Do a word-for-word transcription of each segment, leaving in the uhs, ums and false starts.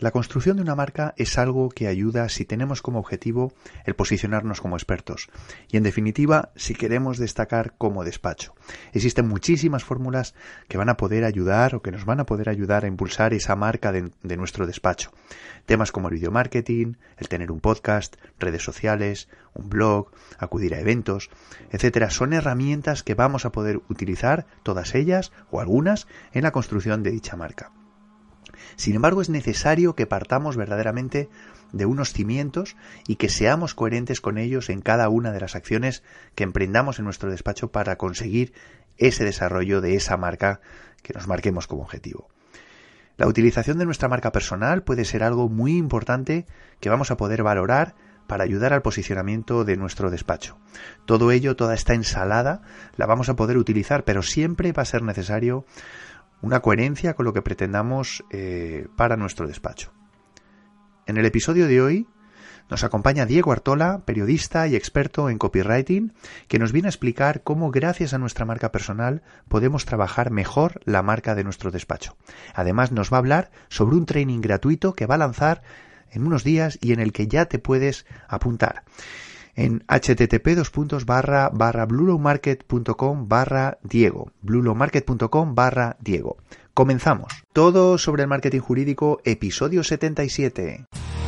La construcción de una marca es algo que ayuda si tenemos como objetivo el posicionarnos como expertos y, en definitiva, si queremos destacar como despacho. Existen muchísimas fórmulas que van a poder ayudar o que nos van a poder ayudar a impulsar esa marca de, de nuestro despacho. Temas como el video marketing, el tener un podcast, redes sociales, un blog, acudir a eventos, etcétera. Son herramientas que vamos a poder utilizar, todas ellas o algunas, en la construcción de dicha marca. Sin embargo, es necesario que partamos verdaderamente de unos cimientos y que seamos coherentes con ellos en cada una de las acciones que emprendamos en nuestro despacho para conseguir ese desarrollo de esa marca que nos marquemos como objetivo. La utilización de nuestra marca personal puede ser algo muy importante que vamos a poder valorar para ayudar al posicionamiento de nuestro despacho. Todo ello, toda esta ensalada, la vamos a poder utilizar, pero siempre va a ser necesario una coherencia con lo que pretendamos eh, para nuestro despacho. En el episodio de hoy nos acompaña Diego Artola, periodista y experto en copywriting, que nos viene a explicar cómo gracias a nuestra marca personal podemos trabajar mejor la marca de nuestro despacho. Además nos va a hablar sobre un training gratuito que va a lanzar en unos días y en el que ya te puedes apuntar. En http dos puntos barra barra bluelowmarket.com barra Diego, bluelowmarket.com barra Diego. Comenzamos. Todo sobre el marketing jurídico, episodio setenta y siete.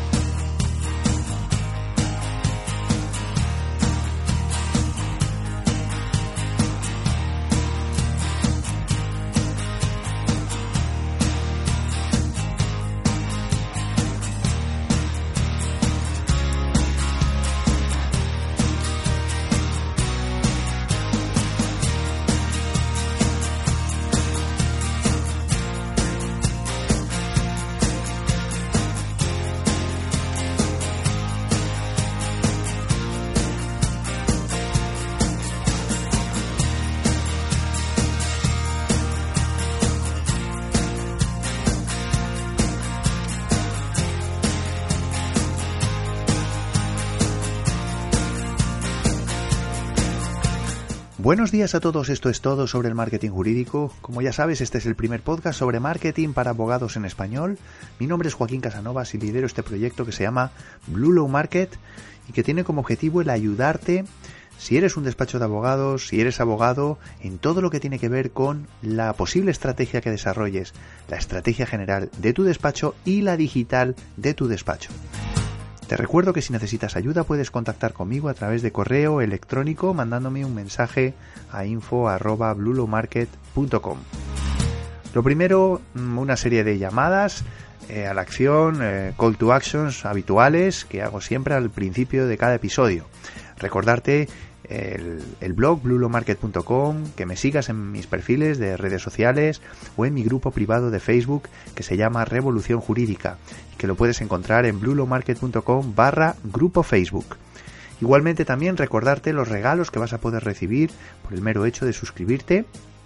Buenos días a todos, esto es todo sobre el marketing jurídico. Como ya sabes, este es el primer podcast sobre marketing para abogados en español. Mi nombre es Joaquín Casanovas y lidero este proyecto que se llama Blue Law Market y que tiene como objetivo el ayudarte, si eres un despacho de abogados, si eres abogado, en todo lo que tiene que ver con la posible estrategia que desarrolles, la estrategia general de tu despacho y la digital de tu despacho. Te recuerdo que si necesitas ayuda puedes contactar conmigo a través de correo electrónico mandándome un mensaje a info arroba bluelowmarket punto com. Lo primero, una serie de llamadas eh, a la acción, eh, call to actions habituales que hago siempre al principio de cada episodio. Recordarte el, el blog bluelowmarket punto com, que me sigas en mis perfiles de redes sociales o en mi grupo privado de Facebook que se llama Revolución Jurídica, que lo puedes encontrar en bluelowmarket.com barra grupo Facebook. Igualmente también recordarte los regalos que vas a poder recibir por el mero hecho de suscribirte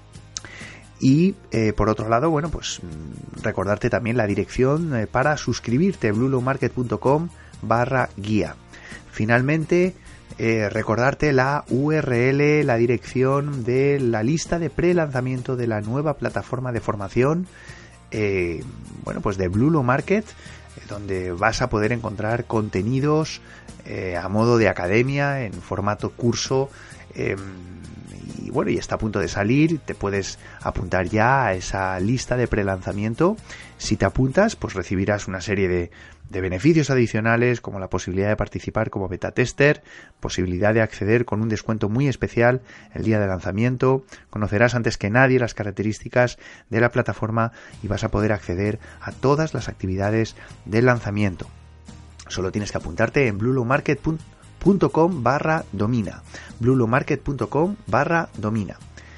y eh, por otro lado, bueno, pues recordarte también la dirección eh, para suscribirte, bluelowmarket.com barra guía. Finalmente, eh, recordarte la U R L, la dirección de la lista de pre-lanzamiento de la nueva plataforma de formación, eh, bueno, pues de Blue Law Market, donde vas a poder encontrar contenidos eh, a modo de academia, en formato curso, eh, y bueno, y está a punto de salir. Te puedes apuntar ya a esa lista de prelanzamiento. Si te apuntas, pues recibirás una serie de, de beneficios adicionales, como la posibilidad de participar como beta tester, posibilidad de acceder con un descuento muy especial el día de lanzamiento, conocerás antes que nadie las características de la plataforma y vas a poder acceder a todas las actividades del lanzamiento. Solo tienes que apuntarte en bluelowmarket.com barra domina, bluelowmarket.com barra domina.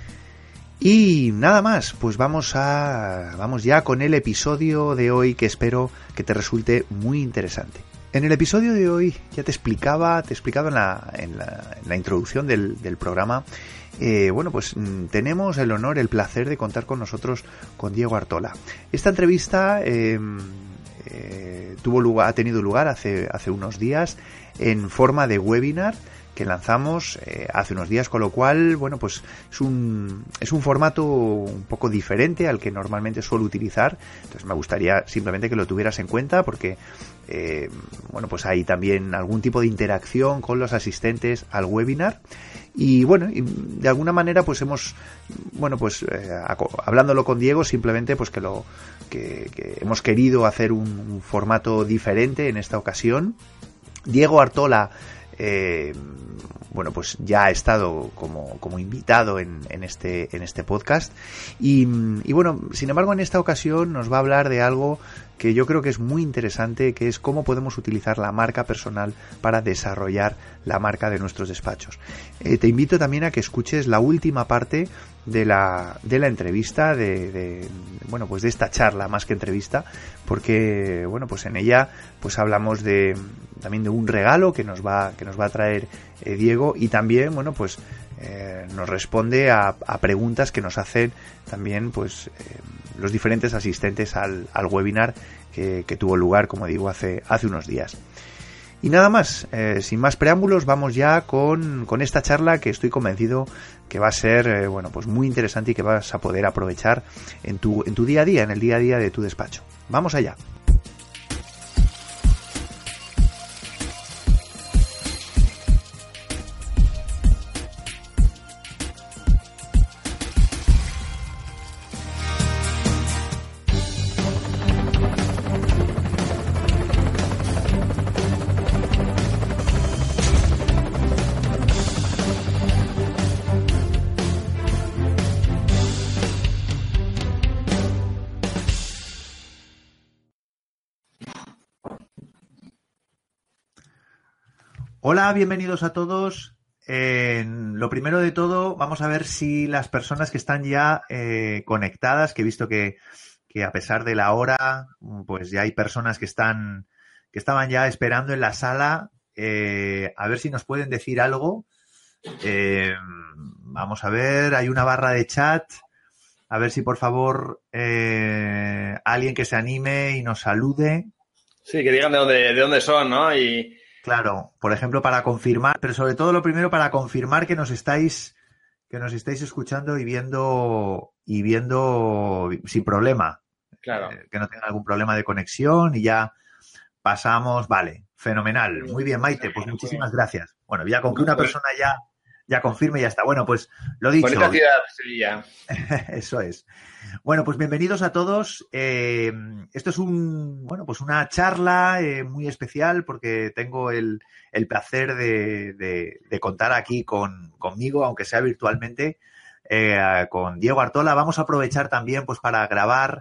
Y nada más, pues vamos a vamos ya con el episodio de hoy, que espero que te resulte muy interesante. En el episodio de hoy ya te explicaba, te he explicado en la, en la, en la introducción del, del programa, eh, bueno, pues tenemos el honor, el placer de contar con nosotros con Diego Artola. Esta entrevista eh, eh, tuvo lugar, ha tenido lugar hace, hace unos días en forma de webinar que lanzamos eh, hace unos días, con lo cual, bueno, pues es un, es un formato un poco diferente al que normalmente suelo utilizar. Entonces me gustaría simplemente que lo tuvieras en cuenta, porque eh, bueno, pues hay también algún tipo de interacción con los asistentes al webinar. Y bueno, y de alguna manera pues hemos, bueno, pues eh, hablándolo con Diego, simplemente pues que lo que, que hemos querido hacer un, un formato diferente en esta ocasión. Diego Artola, eh, bueno, pues ya ha estado como, como invitado en, en este en este podcast y, y bueno, sin embargo en esta ocasión nos va a hablar de algo que yo creo que es muy interesante, que es cómo podemos utilizar la marca personal para desarrollar la marca de nuestros despachos. Eh, te invito también a que escuches la última parte de la de la entrevista, de, de bueno, pues de esta charla más que entrevista, porque bueno, pues en ella pues hablamos de también de un regalo que nos va que nos va a traer eh, Diego, y también bueno, pues eh, nos responde a, a preguntas que nos hacen también pues eh, los diferentes asistentes al, al webinar que, que tuvo lugar, como digo, hace hace unos días. Y nada más, eh, sin más preámbulos, vamos ya con, con esta charla que estoy convencido que va a ser eh, bueno, pues muy interesante y que vas a poder aprovechar en tu, en tu día a día, en el día a día de tu despacho. Vamos allá. Hola, bienvenidos a todos. Eh, lo primero de todo, vamos a ver si las personas que están ya eh, conectadas, que he visto que, que a pesar de la hora, pues ya hay personas que están que estaban ya esperando en la sala, eh, a ver si nos pueden decir algo. Eh, vamos a ver, hay una barra de chat. A ver si por favor eh, alguien que se anime y nos salude. Sí, que digan de dónde, de dónde son, ¿no? Y claro, por ejemplo, para confirmar, pero sobre todo lo primero para confirmar que nos estáis, que nos estáis escuchando y viendo y viendo sin problema. Claro. Eh, que no tenga algún problema de conexión y ya pasamos. Vale, fenomenal. Muy bien, Maite, pues muchísimas gracias. Bueno, ya con que una persona ya, ya confirme y ya está. Bueno, pues lo dicho. Bonita ciudad, Sevilla. Eso es. Bueno, pues bienvenidos a todos. Eh, esto es un, bueno, pues una charla eh, muy especial, porque tengo el, el placer de, de, de contar aquí con, conmigo, aunque sea virtualmente, eh, con Diego Artola. Vamos a aprovechar también pues para grabar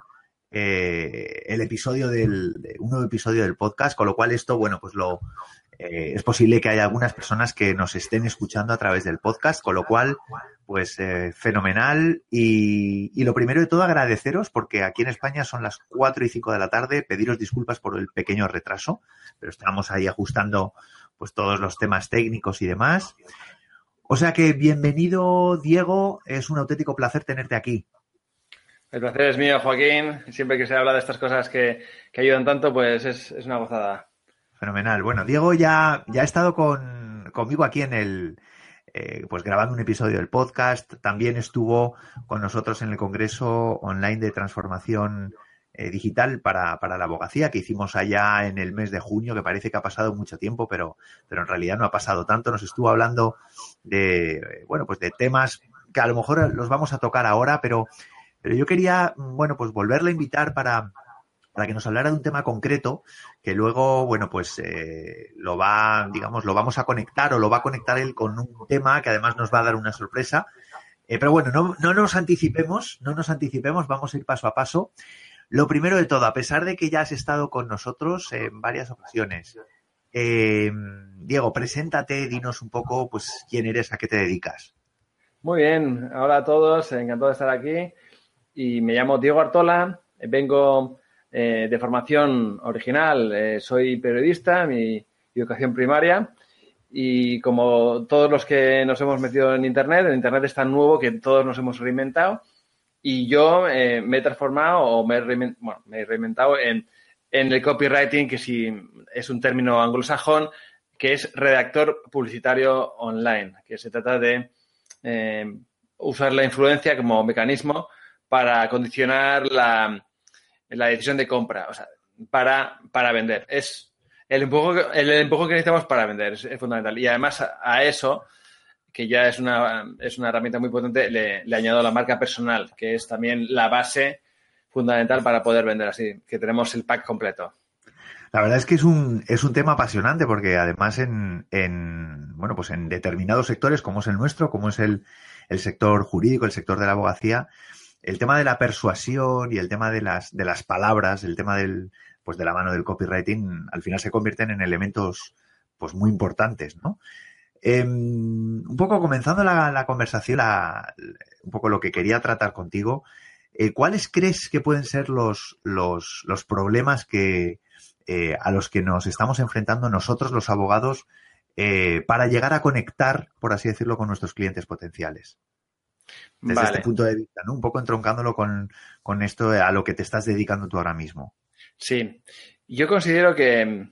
eh, el episodio del, un nuevo episodio del podcast, con lo cual esto, bueno, pues lo eh, es posible que haya algunas personas que nos estén escuchando a través del podcast, con lo cual pues eh, fenomenal. Y, y lo primero de todo, agradeceros, porque aquí en España son las cuatro y cinco de la tarde. Pediros disculpas por el pequeño retraso, pero estamos ahí ajustando pues todos los temas técnicos y demás. O sea que bienvenido, Diego. Es un auténtico placer tenerte aquí. El placer es mío, Joaquín. Siempre que se habla de estas cosas que, que ayudan tanto, pues es, es una gozada. Fenomenal. Bueno, Diego ya, ya ha estado con, conmigo aquí en el... Eh, pues grabando un episodio del podcast. También estuvo con nosotros en el Congreso Online de Transformación eh, Digital para, para la Abogacía, que hicimos allá en el mes de junio, que parece que ha pasado mucho tiempo, pero, pero en realidad no ha pasado tanto. Nos estuvo hablando de, bueno, pues de temas que a lo mejor los vamos a tocar ahora, pero, pero yo quería, bueno, pues volverle a invitar para... para que nos hablara de un tema concreto que luego, bueno, pues eh, lo va, digamos, lo vamos a conectar o lo va a conectar él con un tema que además nos va a dar una sorpresa. Eh, pero bueno, no, no nos anticipemos, no nos anticipemos, vamos a ir paso a paso. Lo primero de todo, a pesar de que ya has estado con nosotros en varias ocasiones, eh, Diego, preséntate, dinos un poco, pues, quién eres, a qué te dedicas. Muy bien, hola a todos, encantado de estar aquí. Y me llamo Diego Artola, vengo... Eh, de formación original, eh, soy periodista, mi educación primaria, y como todos los que nos hemos metido en Internet, el Internet es tan nuevo que todos nos hemos reinventado, y yo eh, me he transformado o me he, reinvent, bueno, me he reinventado en, en el copywriting, que sí es un término anglosajón que es redactor publicitario online, que se trata de eh, usar la influencia como mecanismo para condicionar la, la decisión de compra, o sea, para, para vender. Es el empujón, el, el empujón que necesitamos para vender, es, es fundamental. Y además a, a eso, que ya es una, es una herramienta muy potente, le, le añado la marca personal, que es también la base fundamental para poder vender así, que tenemos el pack completo. La verdad es que es un, es un tema apasionante porque además en, en, bueno, pues en determinados sectores, como es el nuestro, como es el, el sector jurídico, el sector de la abogacía, el tema de la persuasión y el tema de las, de las palabras, el tema del, pues de la mano del copywriting, al final se convierten en elementos, pues muy importantes, ¿no? Eh, un poco comenzando la, la conversación, la, un poco lo que quería tratar contigo, eh, ¿cuáles crees que pueden ser los, los, los problemas que, eh, a los que nos estamos enfrentando nosotros, los abogados, eh, para llegar a conectar, por así decirlo, con nuestros clientes potenciales? Desde vale. este punto de vista, ¿no? Un poco entroncándolo con, con esto a lo que te estás dedicando tú ahora mismo. Sí, yo considero que,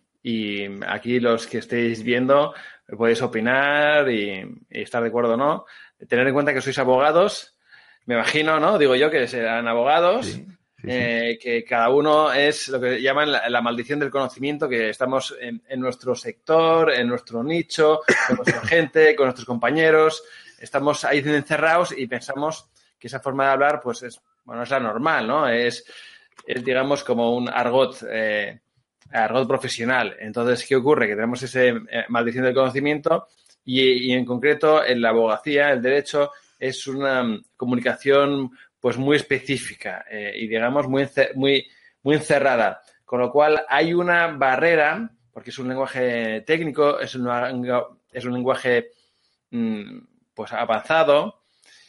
y aquí los que estéis viendo podéis opinar y, y estar de acuerdo o no, tener en cuenta que sois abogados, me imagino, ¿no? Digo yo que serán abogados, sí, sí, eh, sí. que cada uno es lo que llaman la, la maldición del conocimiento, que estamos en, en nuestro sector, en nuestro nicho, con nuestra gente, con nuestros compañeros, estamos ahí encerrados y pensamos que esa forma de hablar, pues es, bueno, es la normal, ¿no? Es, es digamos, como un argot, eh, argot profesional. Entonces, ¿qué ocurre? Que tenemos esa eh, maldición del conocimiento y, y, en concreto, en la abogacía, el derecho, es una um, comunicación, pues, muy específica eh, y, digamos, muy, muy, muy encerrada. Con lo cual, hay una barrera, porque es un lenguaje técnico, es, una, es un lenguaje, mmm, pues, avanzado,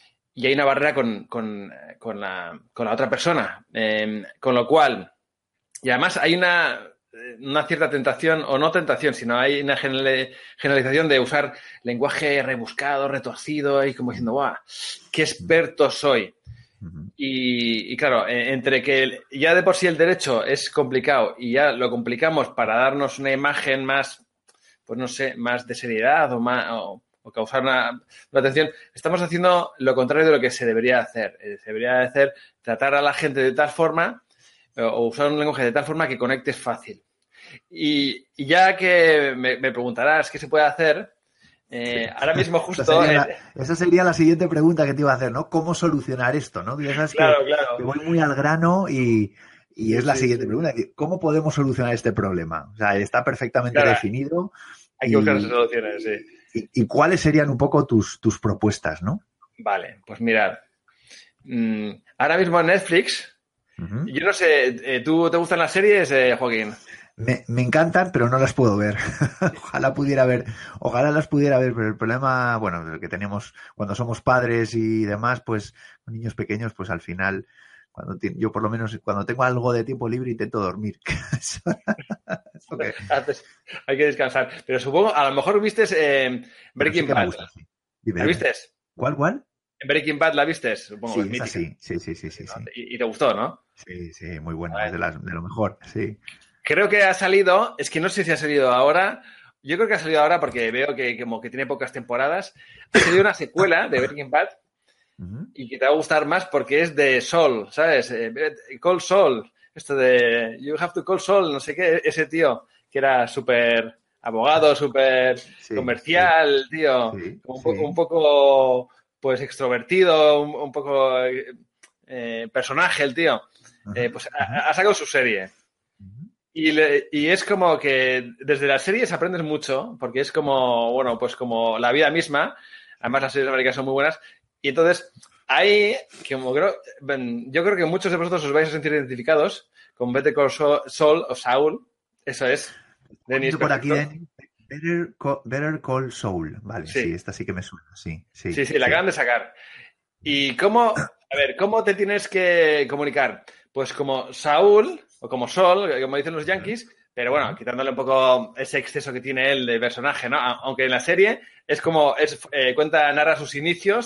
y hay una barrera con, con, con, la, con la otra persona. Eh, con lo cual, y además hay una, una cierta tentación, o no tentación, sino hay una generalización de usar lenguaje rebuscado, retorcido, y como diciendo, ¡guau! ¡Qué experto soy! Y, y claro, entre que ya de por sí el derecho es complicado y ya lo complicamos para darnos una imagen más, pues no sé, más de seriedad o más... O, o causar una, una atención, estamos haciendo lo contrario de lo que se debería hacer. Se debería hacer tratar a la gente de tal forma o usar un lenguaje de tal forma que conectes fácil. Y, y ya que me, me preguntarás qué se puede hacer, eh, sí. ahora mismo justo... Esa sería, la, esa sería la siguiente pregunta que te iba a hacer, ¿no? ¿Cómo solucionar esto, no? Ya sabes claro, que, claro. que voy muy al grano y, y sí, es la sí, siguiente sí. pregunta. ¿Cómo podemos solucionar este problema? O sea, está perfectamente claro, definido. Hay y, que buscar esas soluciones, sí. Y, ¿Y cuáles serían un poco tus, tus propuestas, no? Vale, pues mirad. Mmm, ahora mismo en Netflix, uh-huh. yo no sé, eh, ¿tú te gustan las series, eh, Joaquín? Me, me encantan, pero no las puedo ver. Ojalá pudiera ver, ojalá las pudiera ver, pero el problema, bueno, que tenemos cuando somos padres y demás, pues con niños pequeños, pues al final, cuando te, yo por lo menos cuando tengo algo de tiempo libre intento dormir. Okay. Hay que descansar. Pero supongo, a lo mejor viste eh, Breaking sí Bad. Gusta, sí. Dime, ¿La viste? ¿Cuál, cuál? En Breaking Bad la viste, supongo. Sí, es esa sí, sí, sí, sí, sí, ¿no? sí. Y, y te gustó, ¿no? Sí, sí, muy buena, es de, las, de lo mejor, sí. Creo que ha salido, es que no sé si ha salido ahora, yo creo que ha salido ahora porque veo que como que tiene pocas temporadas. Ha salido una secuela de Breaking Bad uh-huh. y que te va a gustar más porque es de Sol, ¿sabes? Call Saul, esto de You have to call Saul, no sé qué, ese tío que era súper abogado, súper sí, comercial, sí. tío, sí, un, sí. poco, un poco pues extrovertido, un, un poco eh, personaje el tío, uh-huh. eh, pues uh-huh. ha, ha sacado su serie. Y, le, y es como que desde las series aprendes mucho, porque es como, bueno, pues como la vida misma. Además, las series americanas son muy buenas. Y entonces, hay, como creo, yo creo que muchos de vosotros os vais a sentir identificados con Better Call Saul o Saul. Eso es. Denis, por aquí en Better Call, Better Call Saul. Vale, sí. sí, esta sí que me suena. Sí, sí, sí, sí, la sí. acaban de sacar. ¿Y cómo, a ver, cómo te tienes que comunicar? Pues como Saúl, o como Sol, como dicen los yankees, pero bueno, quitándole un poco ese exceso que tiene él de personaje, ¿no? Aunque en la serie es como, es, eh, cuenta, narra sus inicios,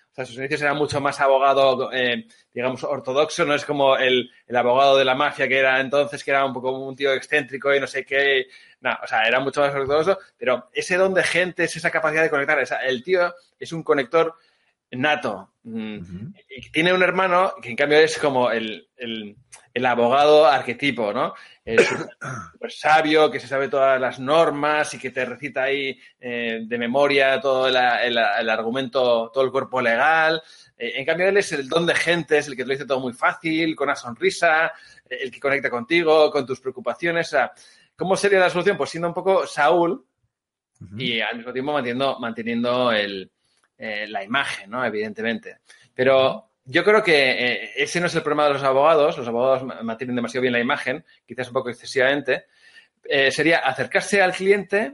O sea, sus inicios era mucho más abogado, eh, digamos, ortodoxo, no es como el, el abogado de la mafia que era entonces, que era un poco un tío excéntrico y no sé qué. No, o sea, era mucho más ortodoxo, pero ese don de gente es esa capacidad de conectar. O sea, el tío es un conector nato. Uh-huh. Y tiene un hermano que en cambio es como el, el, el abogado arquetipo, ¿no? Es súper sabio, que se sabe todas las normas y que te recita ahí eh, de memoria todo el, el, el argumento, todo el cuerpo legal. Eh, en cambio él es el don de gente, es el que te lo dice todo muy fácil, con una sonrisa, el que conecta contigo, con tus preocupaciones. O sea, ¿cómo sería la solución? Pues siendo un poco Saúl uh-huh. y al mismo tiempo manteniendo, manteniendo el Eh, la imagen, ¿no? Evidentemente. Pero yo creo que eh, ese no es el problema de los abogados. Los abogados mantienen demasiado bien la imagen, quizás un poco excesivamente. Eh, sería acercarse al cliente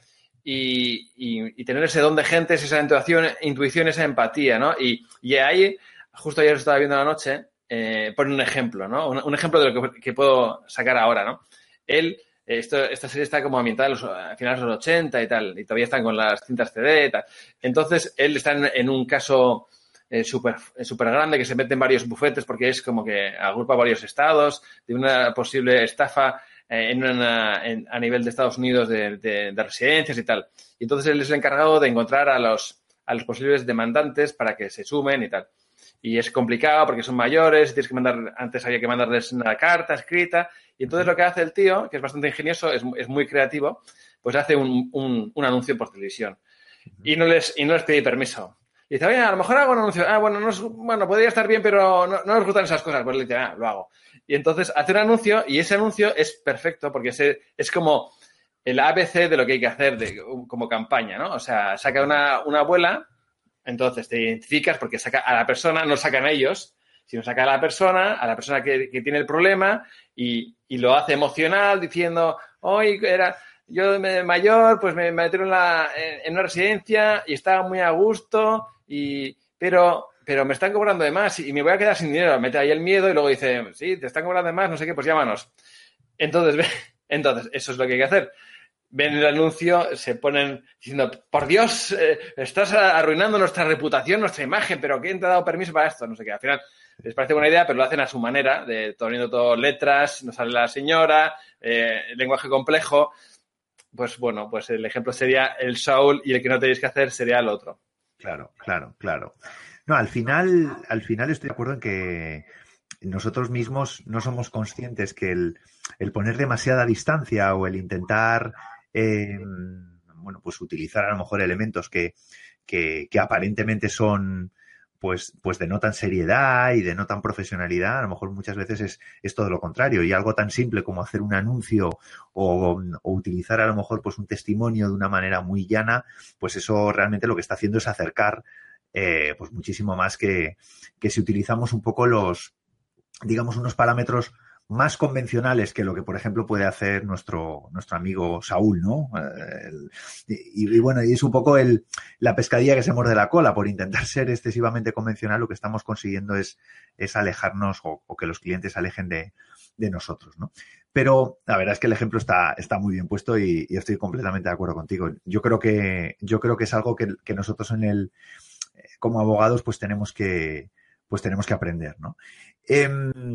y, y, y tener ese don de gentes, esa intuición, intuición esa empatía, ¿no? Y, y ahí, justo ayer estaba viendo la noche, eh, pone un ejemplo, ¿no? Un, un ejemplo de lo que, que puedo sacar ahora, ¿no? Él... Esto, esta serie está como ambientada los, a finales de los ochenta y tal, y todavía están con las cintas C D y tal. Entonces, él está en, en un caso eh, súper super grande que se mete en varios bufetes porque es como que agrupa varios estados de una posible estafa eh, en una, en, a nivel de Estados Unidos de, de, de residencias y tal. Y entonces él es el encargado de encontrar a los, a los posibles demandantes para que se sumen y tal. Y es complicado porque son mayores, tienes que mandar, antes había que mandarles una carta escrita, y entonces lo que hace el tío, que es bastante ingenioso, es, es muy creativo, pues hace un, un, un anuncio por televisión. Y no les, y no les pide permiso. Y dice, oye, a lo mejor hago un anuncio. Ah, bueno, no es, bueno, podría estar bien, pero no, no nos gustan esas cosas. Pues le dice, ah, lo hago. Y entonces hace un anuncio, y ese anuncio es perfecto, porque es, es como el A B C de lo que hay que hacer de, como campaña, ¿no? O sea, saca una, una abuela. Entonces te identificas porque saca a la persona, no sacan a ellos, sino saca a la persona, a la persona que, que tiene el problema y, y lo hace emocional diciendo, hoy era yo de mayor, pues me metieron en, la, en, en una residencia y estaba muy a gusto, y pero pero me están cobrando de más y me voy a quedar sin dinero. Mete ahí el miedo y luego dice, sí, te están cobrando de más, no sé qué, pues llámanos. Entonces, entonces eso es lo que hay que hacer. Ven el anuncio, se ponen diciendo, por Dios, eh, estás arruinando nuestra reputación, nuestra imagen, pero ¿quién te ha dado permiso para esto? No sé qué. Al final les parece buena idea, pero lo hacen a su manera, de poniendo todo letras, no sale la señora, eh, lenguaje complejo. Pues bueno, pues el ejemplo sería el Saúl y el que no tenéis que hacer sería el otro. Claro, claro, claro. No, al final, al final estoy de acuerdo en que nosotros mismos no somos conscientes que el, el poner demasiada distancia o el intentar Eh, bueno, pues utilizar a lo mejor elementos que, que, que aparentemente son, pues, pues denotan seriedad y denotan profesionalidad, a lo mejor muchas veces es, es todo lo contrario. Y algo tan simple como hacer un anuncio o, o utilizar a lo mejor pues un testimonio de una manera muy llana, pues eso realmente lo que está haciendo es acercar eh, pues muchísimo más que, que si utilizamos un poco los, digamos, unos parámetros más convencionales que lo que, por ejemplo, puede hacer nuestro nuestro amigo Saúl, ¿no? El, y, y bueno, y es un poco el la pescadilla que se muerde la cola. Por intentar ser excesivamente convencional, lo que estamos consiguiendo es, es alejarnos o, o que los clientes se alejen de, de nosotros, ¿no? Pero la verdad es que el ejemplo está, está muy bien puesto y, y estoy completamente de acuerdo contigo. Yo creo que, yo creo que es algo que, que nosotros en el, como abogados, pues tenemos que, pues tenemos que aprender, ¿no? Eh,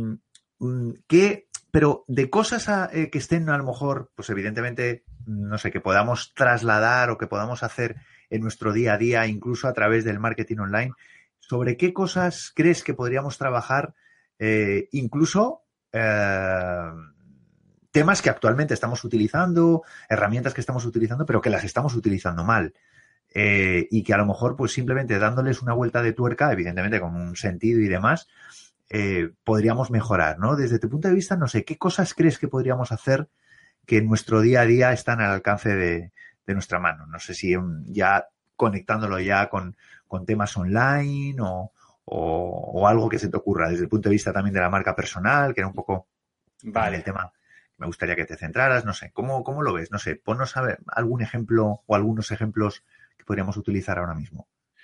¿Qué, pero de cosas a, eh, que estén a lo mejor, pues evidentemente, no sé, que podamos trasladar o que podamos hacer en nuestro día a día, incluso a través del marketing online, ¿sobre qué cosas crees que podríamos trabajar, eh, incluso eh, temas que actualmente estamos utilizando, herramientas que estamos utilizando, pero que las estamos utilizando mal? Eh, y que a lo mejor, pues simplemente dándoles una vuelta de tuerca, evidentemente con un sentido y demás, Eh, podríamos mejorar, ¿no? Desde tu punto de vista, no sé, ¿qué cosas crees que podríamos hacer que en nuestro día a día están al alcance de, de nuestra mano? No sé si ya conectándolo ya con, con temas online o, o, o algo que se te ocurra desde el punto de vista también de la marca personal, que era un poco vale. el tema que me gustaría que te centraras, no sé, ¿cómo, cómo lo ves? No sé, ponnos a ver algún ejemplo o algunos ejemplos que podríamos utilizar ahora mismo.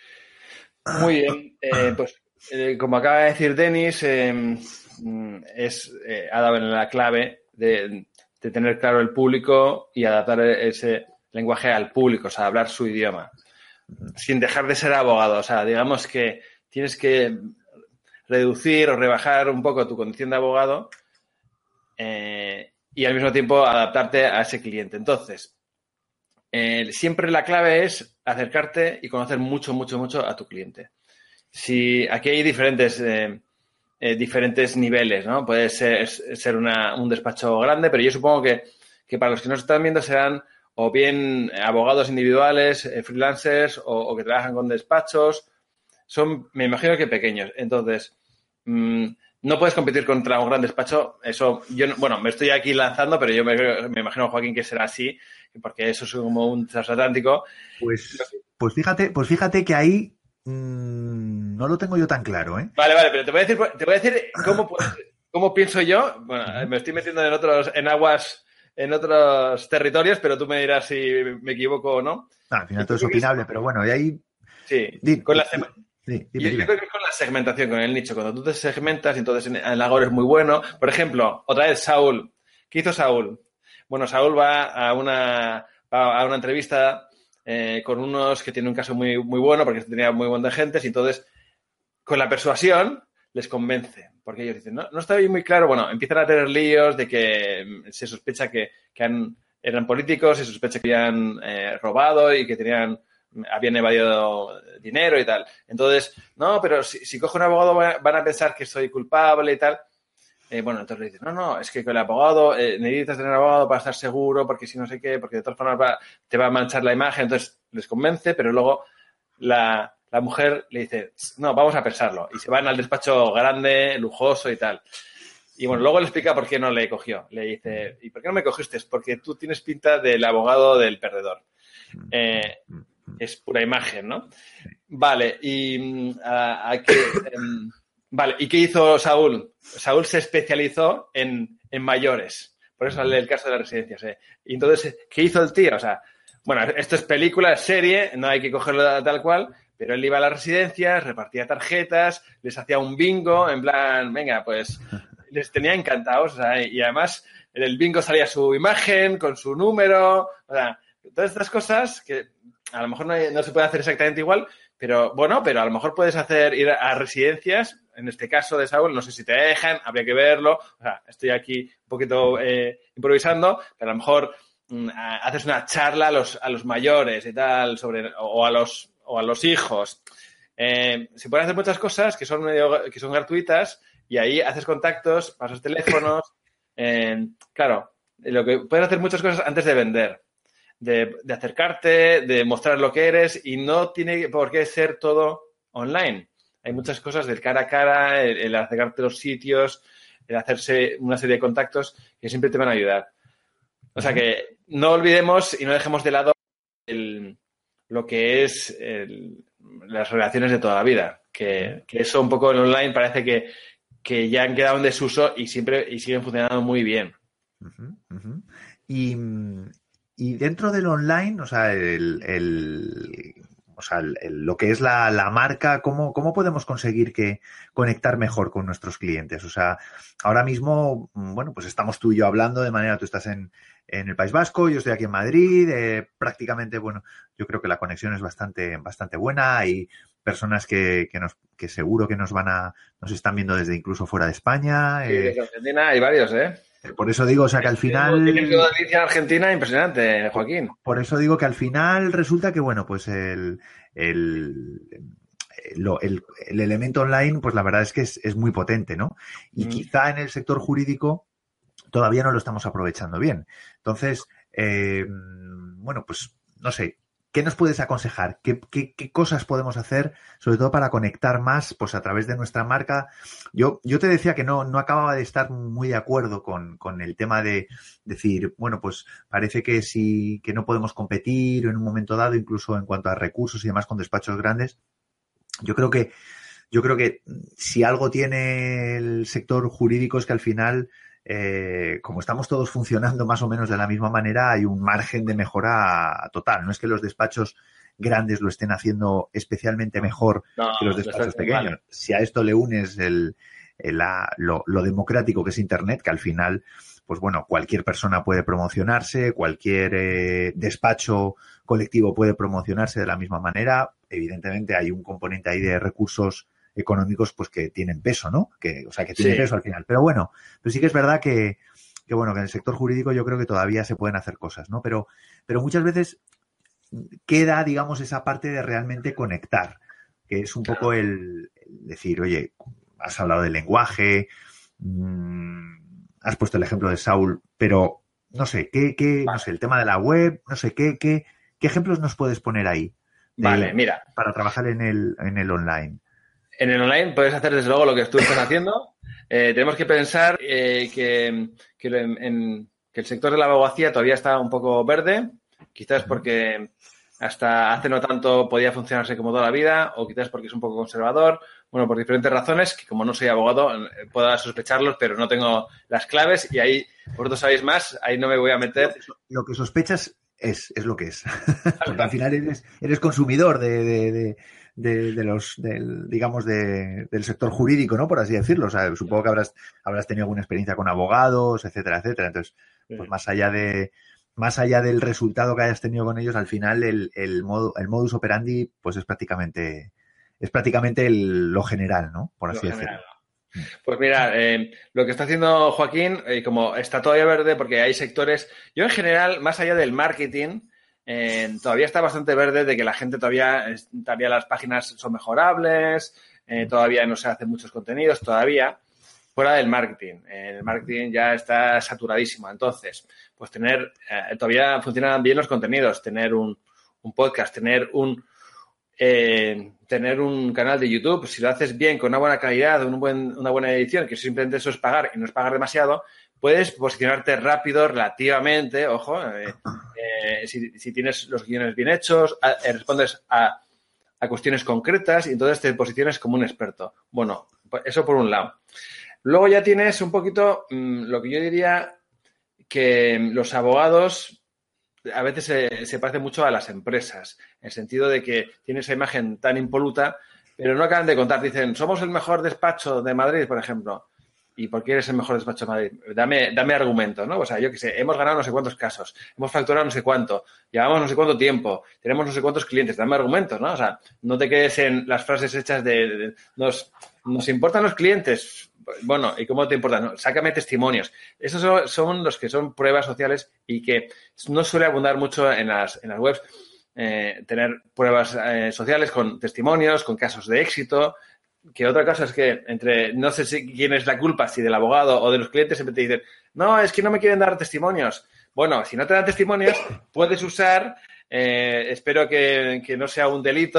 Muy bien, eh, pues Eh, como acaba de decir Denis, eh, es, eh, ha dado en la clave de, de tener claro el público y adaptar ese lenguaje al público, o sea, hablar su idioma. sin dejar de ser abogado. O sea, digamos que tienes que reducir o rebajar un poco tu condición de abogado eh, y al mismo tiempo adaptarte a ese cliente. Entonces, eh, siempre la clave es acercarte y conocer mucho, mucho, mucho a tu cliente. Si aquí hay diferentes, eh, eh, diferentes niveles, ¿no? Puede ser, ser una, un despacho grande, pero yo supongo que, que para los que nos están viendo serán o bien abogados individuales, eh, freelancers o, o que trabajan con despachos. Son, me imagino que pequeños. Entonces, mmm, no puedes competir contra un gran despacho. Eso, yo, no, bueno, me estoy aquí lanzando, pero yo me, me imagino, Joaquín, que será así, porque eso es como un transatlántico. Pues, pues fíjate, pues fíjate que ahí mmm, no lo tengo yo tan claro, ¿eh? Vale, vale, pero te voy a decir, te voy a decir cómo, cómo pienso yo. Bueno, me estoy metiendo en otros, en aguas, en otros territorios, pero tú me dirás si me equivoco o no. Ah, al final todo es opinable, es... pero bueno, y ahí... Sí, Dime, con la... Sí, dime, yo, dime. yo creo que es con la segmentación, con el nicho. Cuando tú te segmentas, entonces el Agor es muy bueno. Por ejemplo, otra vez Saúl. ¿Qué hizo Saúl? Bueno, Saúl va a una, va a una entrevista eh, con unos que tienen un caso muy, muy bueno porque tenía muy buena gente y entonces con la persuasión les convence. Porque ellos dicen, no, no está bien muy claro. Bueno, empiezan a tener líos de que se sospecha que, que han, eran políticos, se sospecha que habían eh, robado y que tenían... habían evadido dinero y tal. Entonces, no, pero si, si cojo un abogado van a pensar que soy culpable y tal. Eh, bueno, entonces le dicen, no, no, es que con el abogado eh, necesitas tener un abogado para estar seguro, porque si no sé qué, porque de todas formas va, te va a manchar la imagen. Entonces les convence, pero luego la, la mujer le dice, no, vamos a pensarlo. Y se van al despacho grande, lujoso y tal. Y bueno, luego le explica por qué no le cogió. Le dice, ¿y por qué no me cogiste? Porque tú tienes pinta del abogado del perdedor. Eh... Es pura imagen, ¿no? Vale, y uh, hay que, um, vale, ¿y qué hizo Saúl? Saúl se especializó en, en mayores. Por eso sale el caso de las residencias. ¿eh? Y entonces, ¿qué hizo el tío? O sea, bueno, esto es película, es serie, no hay que cogerlo tal cual, pero él iba a las residencias, repartía tarjetas, les hacía un bingo, en plan, venga, pues les tenía encantados. O sea, y además en el bingo salía su imagen con su número, o sea, todas estas cosas que a lo mejor no, hay, no se puede hacer exactamente igual, pero bueno, pero a lo mejor puedes hacer ir a, a residencias, en este caso de Saúl, no sé si te dejan, habría que verlo, o sea, estoy aquí un poquito eh, improvisando, pero a lo mejor mm, a, haces una charla a los, a los mayores y tal, sobre, o a los, o a los hijos. Eh, se pueden hacer muchas cosas que son, medio, que son gratuitas y ahí haces contactos, pasas teléfonos, eh, claro, lo que puedes hacer muchas cosas antes de vender. De, de acercarte, de mostrar lo que eres y no tiene por qué ser todo online. Hay muchas cosas del cara a cara, el, el acercarte a los sitios, el hacerse una serie de contactos que siempre te van a ayudar. O sea que no olvidemos y no dejemos de lado el, lo que es el, las relaciones de toda la vida. Que, que eso un poco en online parece que, que ya han quedado en desuso y siempre y siguen funcionando muy bien. Uh-huh, uh-huh. Y... Y dentro del online, o sea, el, el, o sea el, el, lo que es la, la marca, ¿cómo, ¿cómo podemos conseguir que conectar mejor con nuestros clientes? O sea, ahora mismo, bueno, pues estamos tú y yo hablando de manera, tú estás en, en el País Vasco, yo estoy aquí en Madrid, eh, prácticamente, bueno, yo creo que la conexión es bastante, bastante buena. Hay personas que, que, nos, que seguro que nos van a, nos están viendo desde incluso fuera de España. Sí, desde eh, Argentina hay varios, ¿eh? Por eso digo, o sea, que al final... Tienes una audiencia en Argentina impresionante, Joaquín. Por eso digo que al final resulta que, bueno, pues el, el, el, el, el elemento online, pues la verdad es que es, es muy potente, ¿no? Y mm. quizá en el sector jurídico todavía no lo estamos aprovechando bien. Entonces, eh, bueno, pues no sé, ¿qué nos puedes aconsejar? ¿Qué, qué, ¿Qué cosas podemos hacer, sobre todo para conectar más pues a través de nuestra marca? Yo, yo te decía que no, no acababa de estar muy de acuerdo con, con el tema de decir, bueno, pues parece que sí, que no podemos competir en un momento dado, incluso en cuanto a recursos y demás con despachos grandes. Yo creo que, yo creo que si algo tiene el sector jurídico es que al final, Eh, como estamos todos funcionando más o menos de la misma manera, hay un margen de mejora total. No es que los despachos grandes lo estén haciendo especialmente mejor no, que los despachos pequeños. Mal. Si a esto le unes el, el, la, lo, lo democrático que es Internet, que al final pues bueno, cualquier persona puede promocionarse, cualquier eh, despacho colectivo puede promocionarse de la misma manera. Evidentemente hay un componente ahí de recursos económicos pues que tienen peso, ¿no? Que, o sea, que tiene Sí. peso al final. Pero bueno, pero sí que es verdad que, que bueno, que en el sector jurídico yo creo que todavía se pueden hacer cosas, ¿no? Pero, pero muchas veces queda, digamos, esa parte de realmente conectar, que es un Claro. poco el, el decir, oye, has hablado del lenguaje, mmm, has puesto el ejemplo de Saúl, pero no sé, ¿qué, qué, Vale. no sé, el tema de la web, no sé, ¿qué, qué, qué ejemplos nos puedes poner ahí? De, Vale, mira. Para trabajar en el, en el online. En el online puedes hacer desde luego lo que tú estás haciendo. Eh, tenemos que pensar eh, que, que, en, en, que el sector de la abogacía todavía está un poco verde, quizás porque hasta hace no tanto podía funcionarse como toda la vida, o quizás porque es un poco conservador. Bueno, por diferentes razones, que como no soy abogado, puedo sospecharlos, pero no tengo las claves y ahí vosotros sabéis más, ahí no me voy a meter. Lo que, lo que sospechas es, es lo que es. Porque al final eres, eres consumidor de, de, de, de, de los, del, digamos, de, del sector jurídico, ¿no? Por así decirlo. O sea, supongo que habrás, habrás tenido alguna experiencia con abogados, etcétera, etcétera. Entonces, pues más allá de, más allá del resultado que hayas tenido con ellos, al final el, el, modo, el modus operandi, pues es prácticamente, es prácticamente el, lo general, ¿no? Por así Lo decirlo. general. Pues mira, eh, lo que está haciendo Joaquín, eh, como está todavía verde porque hay sectores, yo en general, más allá del marketing, eh, todavía está bastante verde de que la gente todavía, todavía las páginas son mejorables, eh, todavía no se hacen muchos contenidos, todavía, fuera del marketing. Eh, el marketing ya está saturadísimo. Entonces, pues tener, eh, todavía funcionan bien los contenidos, tener un, un podcast, tener un... Eh, tener un canal de YouTube, si lo haces bien, con una buena calidad, un buen, una buena edición, que simplemente eso es pagar y no es pagar demasiado, puedes posicionarte rápido, relativamente, ojo, eh, eh, si, si tienes los guiones bien hechos, a, eh, respondes a, a cuestiones concretas y entonces te posiciones como un experto. Bueno, eso por un lado. Luego ya tienes un poquito mmm, lo que yo diría que los abogados a veces se, se parece mucho a las empresas, en el sentido de que tiene esa imagen tan impoluta, pero no acaban de contar. Dicen, somos el mejor despacho de Madrid, por ejemplo. ¿Y por qué eres el mejor despacho de Madrid? Dame, dame argumentos, ¿no? O sea, yo qué sé, hemos ganado no sé cuántos casos, hemos facturado no sé cuánto, llevamos no sé cuánto tiempo, tenemos no sé cuántos clientes, dame argumentos, ¿no? O sea, no te quedes en las frases hechas de, de, de nos, nos importan los clientes. Bueno, ¿y cómo te importa? No, sácame testimonios. Esos son, son los que son pruebas sociales y que no suele abundar mucho en las, en las webs. Eh, tener pruebas eh, sociales con testimonios, con casos de éxito. Que otra cosa es que entre, no sé si quién es la culpa, si del abogado o de los clientes, siempre te dicen, no, es que no me quieren dar testimonios. Bueno, si no te dan testimonios, puedes usar, eh, espero que, que no sea un delito,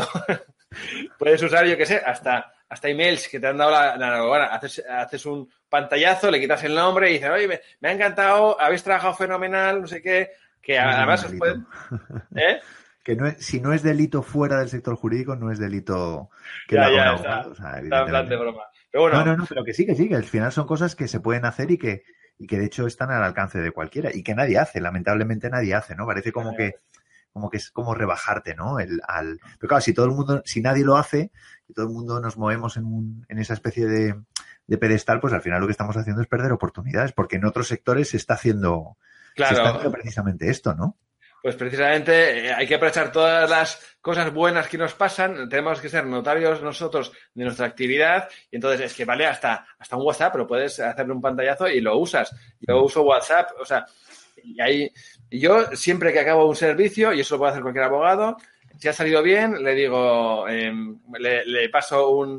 puedes usar, yo qué sé, hasta... hasta emails que te han dado la, la enhorabuena. Haces, haces un pantallazo, le quitas el nombre y dices, oye, me, me ha encantado, habéis trabajado fenomenal, no sé qué, que no además os pueden... ¿Eh? Que no es, si no es delito fuera del sector jurídico, no es delito que ya, lo haga ya, un está, abogado. O sea, está en plan de broma. Pero bueno, no, no, no, pero que sí, que sí, que al final son cosas que se pueden hacer y que, y que de hecho están al alcance de cualquiera y que nadie hace, lamentablemente nadie hace, ¿no? Parece como que como que es como rebajarte, ¿no? El, al... Pero claro, si todo el mundo, si nadie lo hace, y todo el mundo nos movemos en, un, en esa especie de, de pedestal, pues al final lo que estamos haciendo es perder oportunidades, porque en otros sectores se está haciendo, claro, se está haciendo precisamente esto, ¿no? Pues precisamente eh, hay que aprovechar todas las cosas buenas que nos pasan, tenemos que ser notarios nosotros de nuestra actividad y entonces es que vale hasta, hasta un WhatsApp, pero puedes hacerle un pantallazo y lo usas. Yo uso WhatsApp, o sea, y ahí... Y yo, siempre que acabo un servicio, y eso lo puede hacer cualquier abogado, si ha salido bien, le digo, eh, le, le paso un,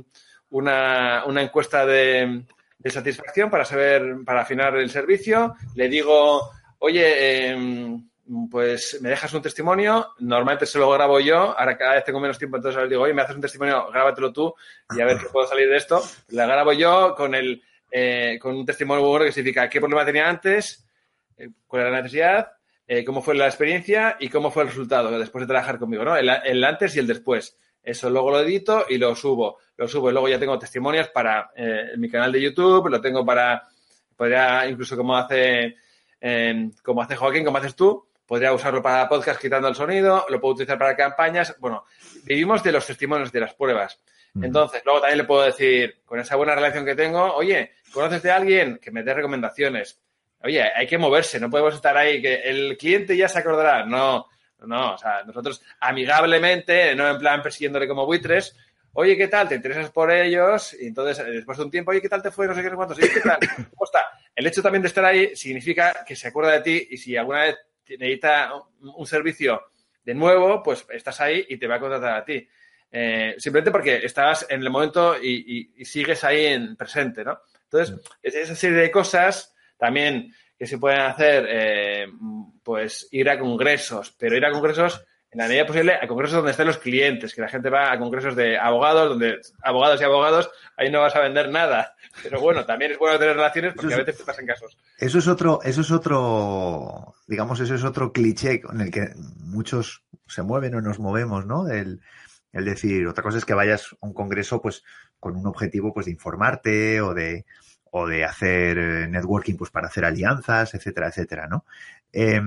una, una encuesta de, de satisfacción para saber, para afinar el servicio, le digo, oye, eh, pues me dejas un testimonio, normalmente se lo grabo yo, ahora cada vez tengo menos tiempo, entonces le digo, oye, me haces un testimonio, grábatelo tú y a ver qué puedo salir de esto. La grabo yo con, el, eh, con un testimonio bueno que significa qué problema tenía antes, eh, cuál era la necesidad, Eh, cómo fue la experiencia y cómo fue el resultado después de trabajar conmigo, ¿no? El, el antes y el después. Eso luego lo edito y lo subo. Lo subo y luego ya tengo testimonios para eh, mi canal de YouTube, lo tengo para, podría incluso como hace, eh, como hace Joaquín, como haces tú, podría usarlo para podcast quitando el sonido, lo puedo utilizar para campañas. Bueno, vivimos de los testimonios, de las pruebas. Entonces, luego también le puedo decir, con esa buena relación que tengo, oye, ¿conoces de alguien que me dé recomendaciones? oye, hay que moverse, no podemos estar ahí, que el cliente ya se acordará. No, no, o sea, nosotros amigablemente, no en plan persiguiéndole como buitres, oye, ¿qué tal? ¿Te interesas por ellos? Y entonces, después de un tiempo, oye, ¿qué tal te fue? No sé qué, no sé cuántos. Oye, ¿qué tal? ¿Cómo está? El hecho también de estar ahí significa que se acuerda de ti y si alguna vez necesita un servicio de nuevo, pues estás ahí y te va a contratar a ti. Eh, simplemente porque estás en el momento y, y, y sigues ahí en presente, ¿no? Entonces, esa serie de cosas también que se pueden hacer, eh, pues ir a congresos, pero ir a congresos en la medida posible, a congresos donde estén los clientes, que la gente va a congresos de abogados, donde abogados y abogados, ahí no vas a vender nada. Pero bueno, también es bueno tener relaciones porque a veces te pasan casos. Eso es otro, eso es otro, digamos, eso es otro cliché con el que muchos se mueven o nos movemos, ¿no? El, el decir, otra cosa es que vayas a un congreso, pues, con un objetivo, pues, de informarte o de, o de hacer networking, pues, para hacer alianzas, etcétera, etcétera, ¿no? Eh,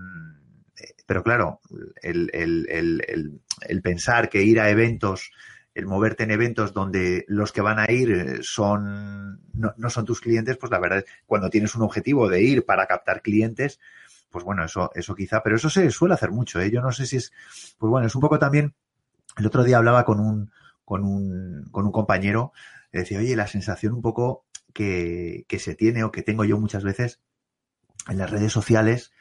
pero claro, el, el, el, el, el pensar que ir a eventos, el moverte en eventos donde los que van a ir son no, no son tus clientes, pues la verdad, cuando tienes un objetivo de ir para captar clientes, pues bueno, eso, eso quizá, pero eso se suele hacer mucho, ¿eh? Yo no sé si es, pues bueno, es un poco también, el otro día hablaba con un, con un, con un compañero, y decía, oye, la sensación un poco que, que se tiene o que tengo yo muchas veces en las redes sociales,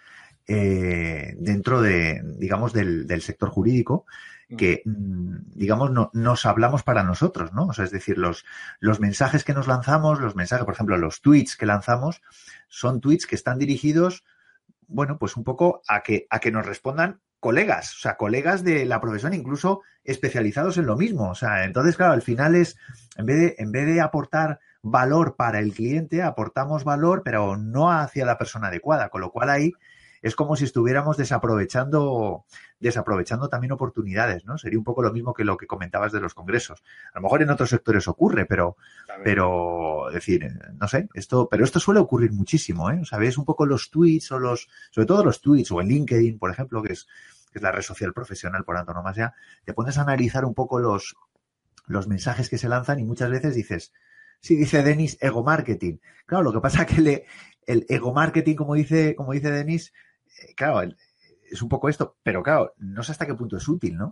eh, dentro de, digamos, del, del sector jurídico, que, digamos, no, nos hablamos para nosotros, ¿no? O sea, es decir, los, los mensajes que nos lanzamos, los mensajes, por ejemplo, los tweets que lanzamos, son tweets que están dirigidos, bueno, pues un poco a que, a que nos respondan colegas, o sea, colegas de la profesión, incluso especializados en lo mismo. O sea, entonces, claro, al final es, en vez de, en vez de aportar valor para el cliente, aportamos valor, pero no hacia la persona adecuada, con lo cual ahí es como si estuviéramos desaprovechando, desaprovechando también oportunidades, ¿no? Sería un poco lo mismo que lo que comentabas de los congresos. A lo mejor en otros sectores ocurre, pero, pero, es decir, no sé, esto, pero esto suele ocurrir muchísimo, ¿eh? O sea, ves un poco los tweets o los, sobre todo los tweets o en LinkedIn, por ejemplo, que es, que es la red social profesional por antonomasia, te pones a analizar un poco los, los mensajes que se lanzan y muchas veces dices, sí, dice Denis, ego marketing. Claro, lo que pasa es que le, el ego marketing, como dice, como dice Denis, claro, es un poco esto, pero claro, no sé hasta qué punto es útil, ¿no?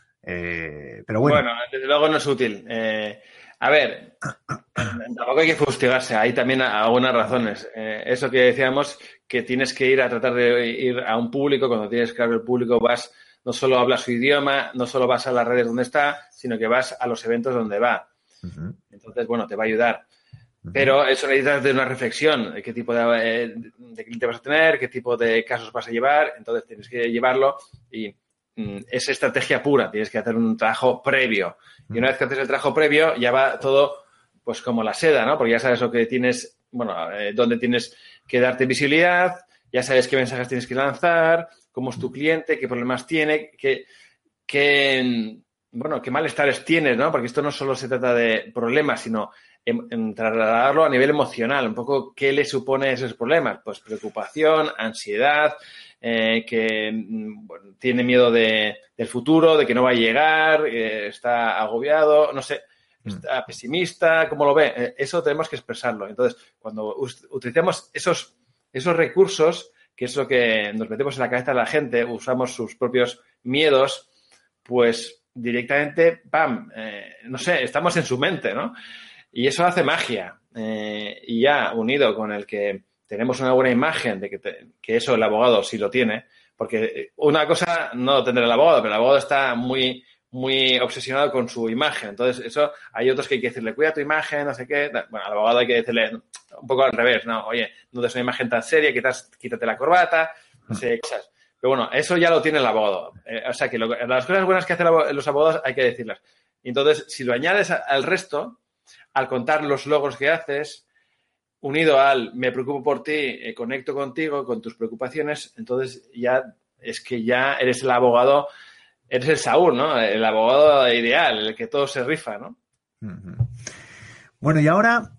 Eh, pero bueno. Bueno, desde luego no es útil. Eh, a ver, tampoco hay que fustigarse, hay también algunas razones. Eh, eso que decíamos, que tienes que ir a tratar de ir a un público, cuando tienes claro el público vas, no solo hablas su idioma, no solo vas a las redes donde está, sino que vas a los eventos donde va. Uh-huh. Entonces, bueno, te va a ayudar. Pero eso necesitas de una reflexión, qué tipo de, de cliente vas a tener, qué tipo de casos vas a llevar, entonces tienes que llevarlo y mm, es estrategia pura, tienes que hacer un trabajo previo. Y una vez que haces el trabajo previo, ya va todo pues como la seda, ¿no? Porque ya sabes lo que tienes, bueno, eh, dónde tienes que darte visibilidad, ya sabes qué mensajes tienes que lanzar, cómo es tu cliente, qué problemas tiene, qué, qué, bueno, qué malestares tienes, ¿no? Porque esto no solo se trata de problemas, sino En, en trasladarlo a nivel emocional, un poco qué le supone esos problemas, pues preocupación, ansiedad, eh, que bueno, tiene miedo de, del futuro, de que no va a llegar, eh, está agobiado, no sé, está pesimista, ¿cómo lo ve? Eh, eso tenemos que expresarlo. Entonces, cuando utilizamos esos, esos recursos, que es lo que nos metemos en la cabeza de la gente, usamos sus propios miedos, pues directamente, ¡pam!, eh, no sé, estamos en su mente, ¿no? Y eso hace magia. Eh, y ya unido con el que tenemos una buena imagen de que, te, que eso el abogado sí lo tiene, porque una cosa no tendrá el abogado, pero el abogado está muy, muy obsesionado con su imagen. Entonces, eso hay otros que hay que decirle, cuida tu imagen, no sé qué. Bueno, al abogado hay que decirle un poco al revés, ¿no? Oye, no des una imagen tan seria, quitas, quítate la corbata, no sé, cosas. Pero bueno, eso ya lo tiene el abogado. Eh, o sea, que lo, las cosas buenas que hacen los abogados hay que decirlas. Y entonces, si lo añades al resto, al contar los logros que haces, unido al me preocupo por ti, eh, conecto contigo, con tus preocupaciones, entonces ya es que ya eres el abogado, eres el Saúl, ¿no? El abogado ideal, el que todo se rifa, ¿no? Uh-huh. Bueno, y ahora,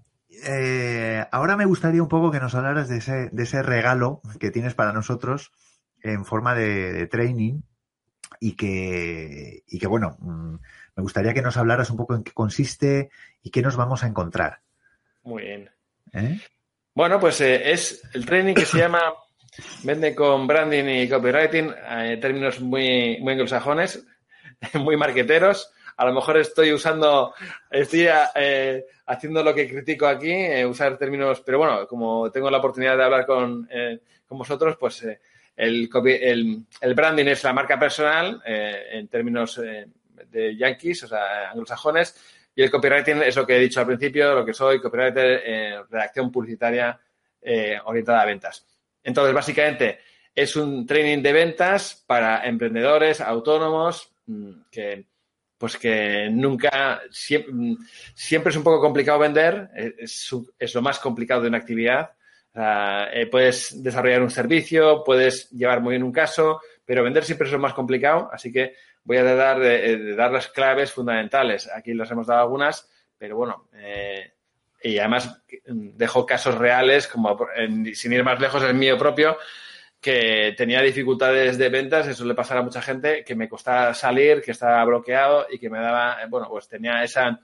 eh, ahora me gustaría un poco que nos hablaras de ese, de ese regalo que tienes para nosotros en forma de, de training y que, y que bueno, me gustaría que nos hablaras un poco en qué consiste y qué nos vamos a encontrar. Muy bien. ¿Eh? Bueno, pues eh, es el training que se llama Vende con Branding y Copywriting, eh, términos muy, muy anglosajones, muy marqueteros. A lo mejor estoy usando, estoy eh, haciendo lo que critico aquí, eh, usar términos, pero bueno, como tengo la oportunidad de hablar con, eh, con vosotros, pues eh, el, el, el branding es la marca personal eh, en términos eh, de yankees, o sea, anglosajones, y el copywriting es lo que he dicho al principio, lo que soy, copywriter, eh, redacción publicitaria eh, orientada a ventas. Entonces, básicamente, es un training de ventas para emprendedores, autónomos, que pues que nunca, siempre, siempre es un poco complicado vender, es, es lo más complicado de una actividad. Uh, eh, puedes desarrollar un servicio, puedes llevar muy bien un caso, pero vender siempre es lo más complicado, así que voy a dar, de, de dar las claves fundamentales. Aquí las hemos dado algunas, pero bueno, eh, y además dejo casos reales, como en, sin ir más lejos, el mío propio, que tenía dificultades de ventas, eso le pasaba a mucha gente, que me costaba salir, que estaba bloqueado y que me daba, bueno, pues tenía esa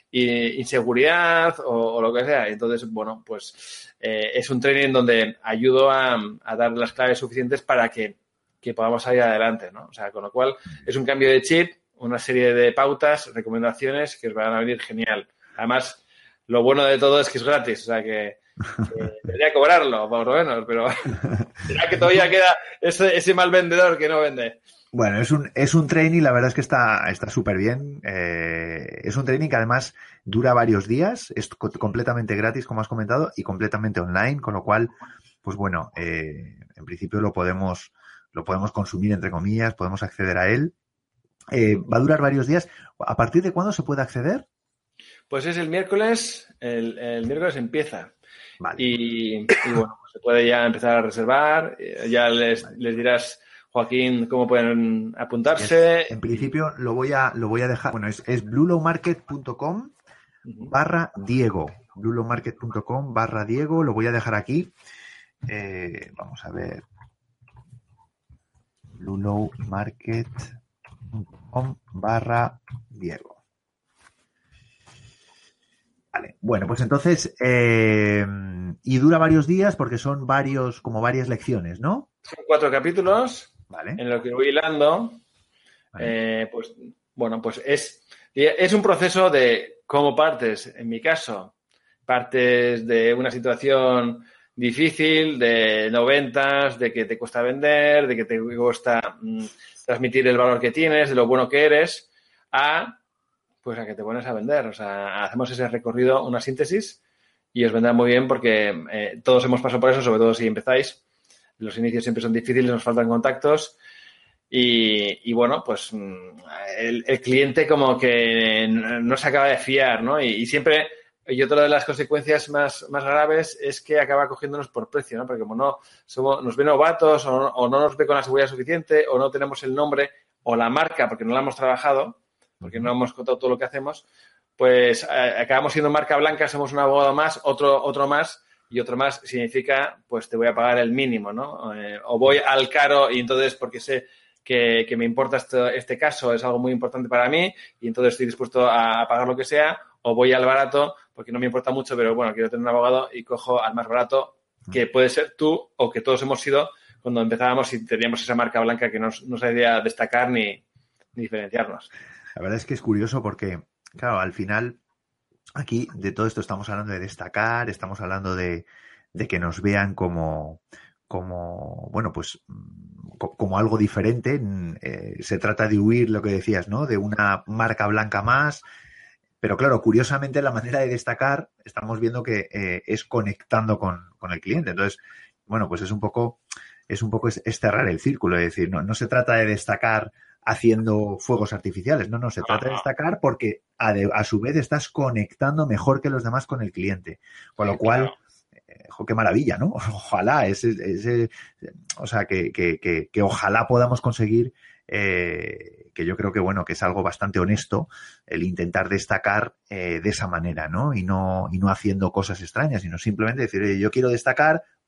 inseguridad o, o lo que sea. Entonces, bueno, pues eh, es un training donde ayudo a, a dar las claves suficientes para que, que podamos salir adelante, ¿no? O sea, con lo cual es un cambio de chip, una serie de pautas, recomendaciones que os van a venir genial. Además, lo bueno de todo es que es gratis, o sea que Eh, debería cobrarlo, por lo menos, pero será que todavía queda ese, ese mal vendedor que no vende. Bueno, es un, es un training, la verdad es que está está súper bien. Eh, es un training que además dura varios días, es co- completamente gratis, como has comentado, y completamente online, con lo cual, pues bueno, eh, en principio lo podemos, lo podemos consumir, entre comillas, podemos acceder a él. Eh, va a durar varios días. ¿A partir de cuándo se puede acceder? Pues es el miércoles, el, el miércoles empieza. Vale. Y, y bueno, pues se puede ya empezar a reservar, ya les, vale. les dirás, Joaquín, cómo pueden apuntarse. En principio lo voy a lo voy a dejar, bueno, es, es bluelowmarket punto com barra Diego, bluelowmarket punto com barra Diego, lo voy a dejar aquí. Eh, vamos a ver, bluelowmarket punto com barra Diego. Vale, bueno, pues entonces, eh, y dura varios días porque son varios, como varias lecciones, ¿no? Son cuatro capítulos, vale. En lo que voy hilando, vale. eh, pues, bueno, pues es, es un proceso de cómo partes, en mi caso, partes de una situación difícil, de no ventas, de que te cuesta vender, de que te cuesta mm, transmitir el valor que tienes, de lo bueno que eres, a... pues a que te pones a vender. O sea, hacemos ese recorrido, una síntesis, y os vendrá muy bien porque eh, todos hemos pasado por eso, sobre todo si empezáis. Los inicios siempre son difíciles, nos faltan contactos y, y bueno, pues el, el cliente como que no se acaba de fiar, ¿no? Y, y siempre, y otra de las consecuencias más, más graves es que acaba cogiéndonos por precio, ¿no? Porque como no somos, nos ve novatos o no, o no nos ve con la seguridad suficiente o no tenemos el nombre o la marca porque no la hemos trabajado, porque no hemos contado todo lo que hacemos, pues eh, acabamos siendo marca blanca, somos un abogado más, otro otro más, y otro más significa, pues te voy a pagar el mínimo, ¿no? Eh, o voy al caro y entonces porque sé que, que me importa este, este caso, es algo muy importante para mí y entonces estoy dispuesto a, a pagar lo que sea, o voy al barato porque no me importa mucho, pero bueno, quiero tener un abogado y cojo al más barato, que puede ser tú o que todos hemos sido cuando empezábamos y teníamos esa marca blanca que no no sabía destacar ni, ni diferenciarnos. La verdad es que es curioso porque, claro, al final, aquí de todo esto estamos hablando de destacar, estamos hablando de, de que nos vean como, como, bueno, pues como algo diferente. Eh, se trata de huir, lo que decías, ¿no? De una marca blanca más. Pero claro, curiosamente la manera de destacar estamos viendo que eh, es conectando con, con el cliente. Entonces, bueno, pues es un poco, es un poco es, es cerrar el círculo. Es decir, no, no se trata de destacar haciendo fuegos artificiales. No, no, se trata de destacar porque a, de, a su vez estás conectando mejor que los demás con el cliente. Con lo cual, eh, jo, qué maravilla, ¿no? Ojalá, ese, ese, o sea, que, que, que, que ojalá podamos conseguir, eh, que yo creo que, bueno, que es algo bastante honesto el intentar destacar eh, de esa manera, ¿no? Y no, y no haciendo cosas extrañas, sino simplemente decir, oye, yo quiero destacar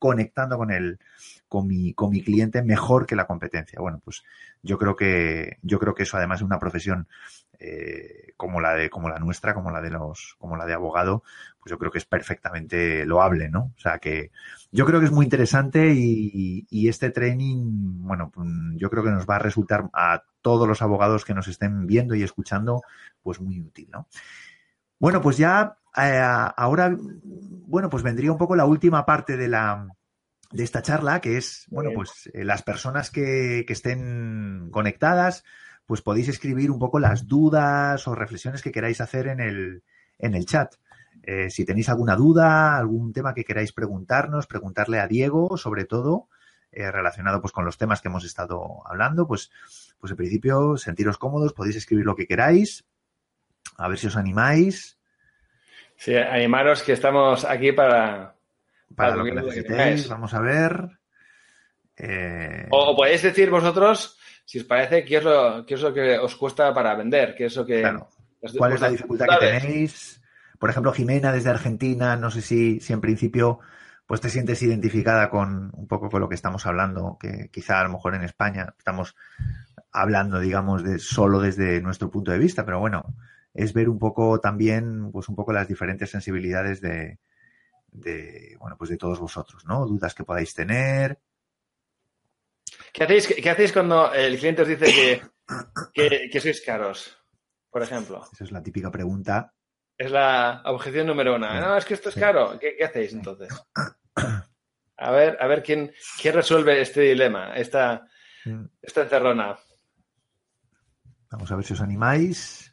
conectando con el, con mi, con mi cliente mejor que la competencia. Bueno, pues yo creo que, yo creo que eso además es una profesión eh, como la de, como la nuestra, como la de los, como la de abogado, pues yo creo que es perfectamente loable, ¿no? O sea que yo creo que es muy interesante y, y este training, bueno, yo creo que nos va a resultar a todos los abogados que nos estén viendo y escuchando, pues muy útil, ¿no? Bueno, pues ya eh, ahora, bueno, pues vendría un poco la última parte de la de esta charla, que es, bueno, pues eh, las personas que, que estén conectadas, pues podéis escribir un poco las dudas o reflexiones que queráis hacer en el, en el chat. Eh, si tenéis alguna duda, algún tema que queráis preguntarnos, preguntarle a Diego, sobre todo, eh, relacionado pues con los temas que hemos estado hablando, pues, pues en principio, sentiros cómodos, podéis escribir lo que queráis, a ver si os animáis. Sí, animaros que estamos aquí para... Para, para lo que necesitéis, vamos a ver. Eh... O, o podéis decir vosotros, si os parece, qué es lo, qué es lo que os cuesta para vender, qué es lo que... Claro. ¿Cuál es la dificultad que tenéis? Por ejemplo, Jimena desde Argentina, no sé si, si en principio pues te sientes identificada con un poco con lo que estamos hablando, que quizá a lo mejor en España estamos hablando, digamos, de solo desde nuestro punto de vista, pero bueno, es ver un poco también, pues un poco las diferentes sensibilidades de, de bueno, pues de todos vosotros, ¿no? Dudas que podáis tener. ¿Qué hacéis, qué hacéis cuando el cliente os dice que, que, que sois caros, por ejemplo? Esa es la típica pregunta. Es la objeción número uno. Sí. No, es que esto es sí. caro. ¿Qué, qué hacéis entonces? A ver, a ver quién, quién resuelve este dilema, esta, esta encerrona. Vamos a ver si os animáis.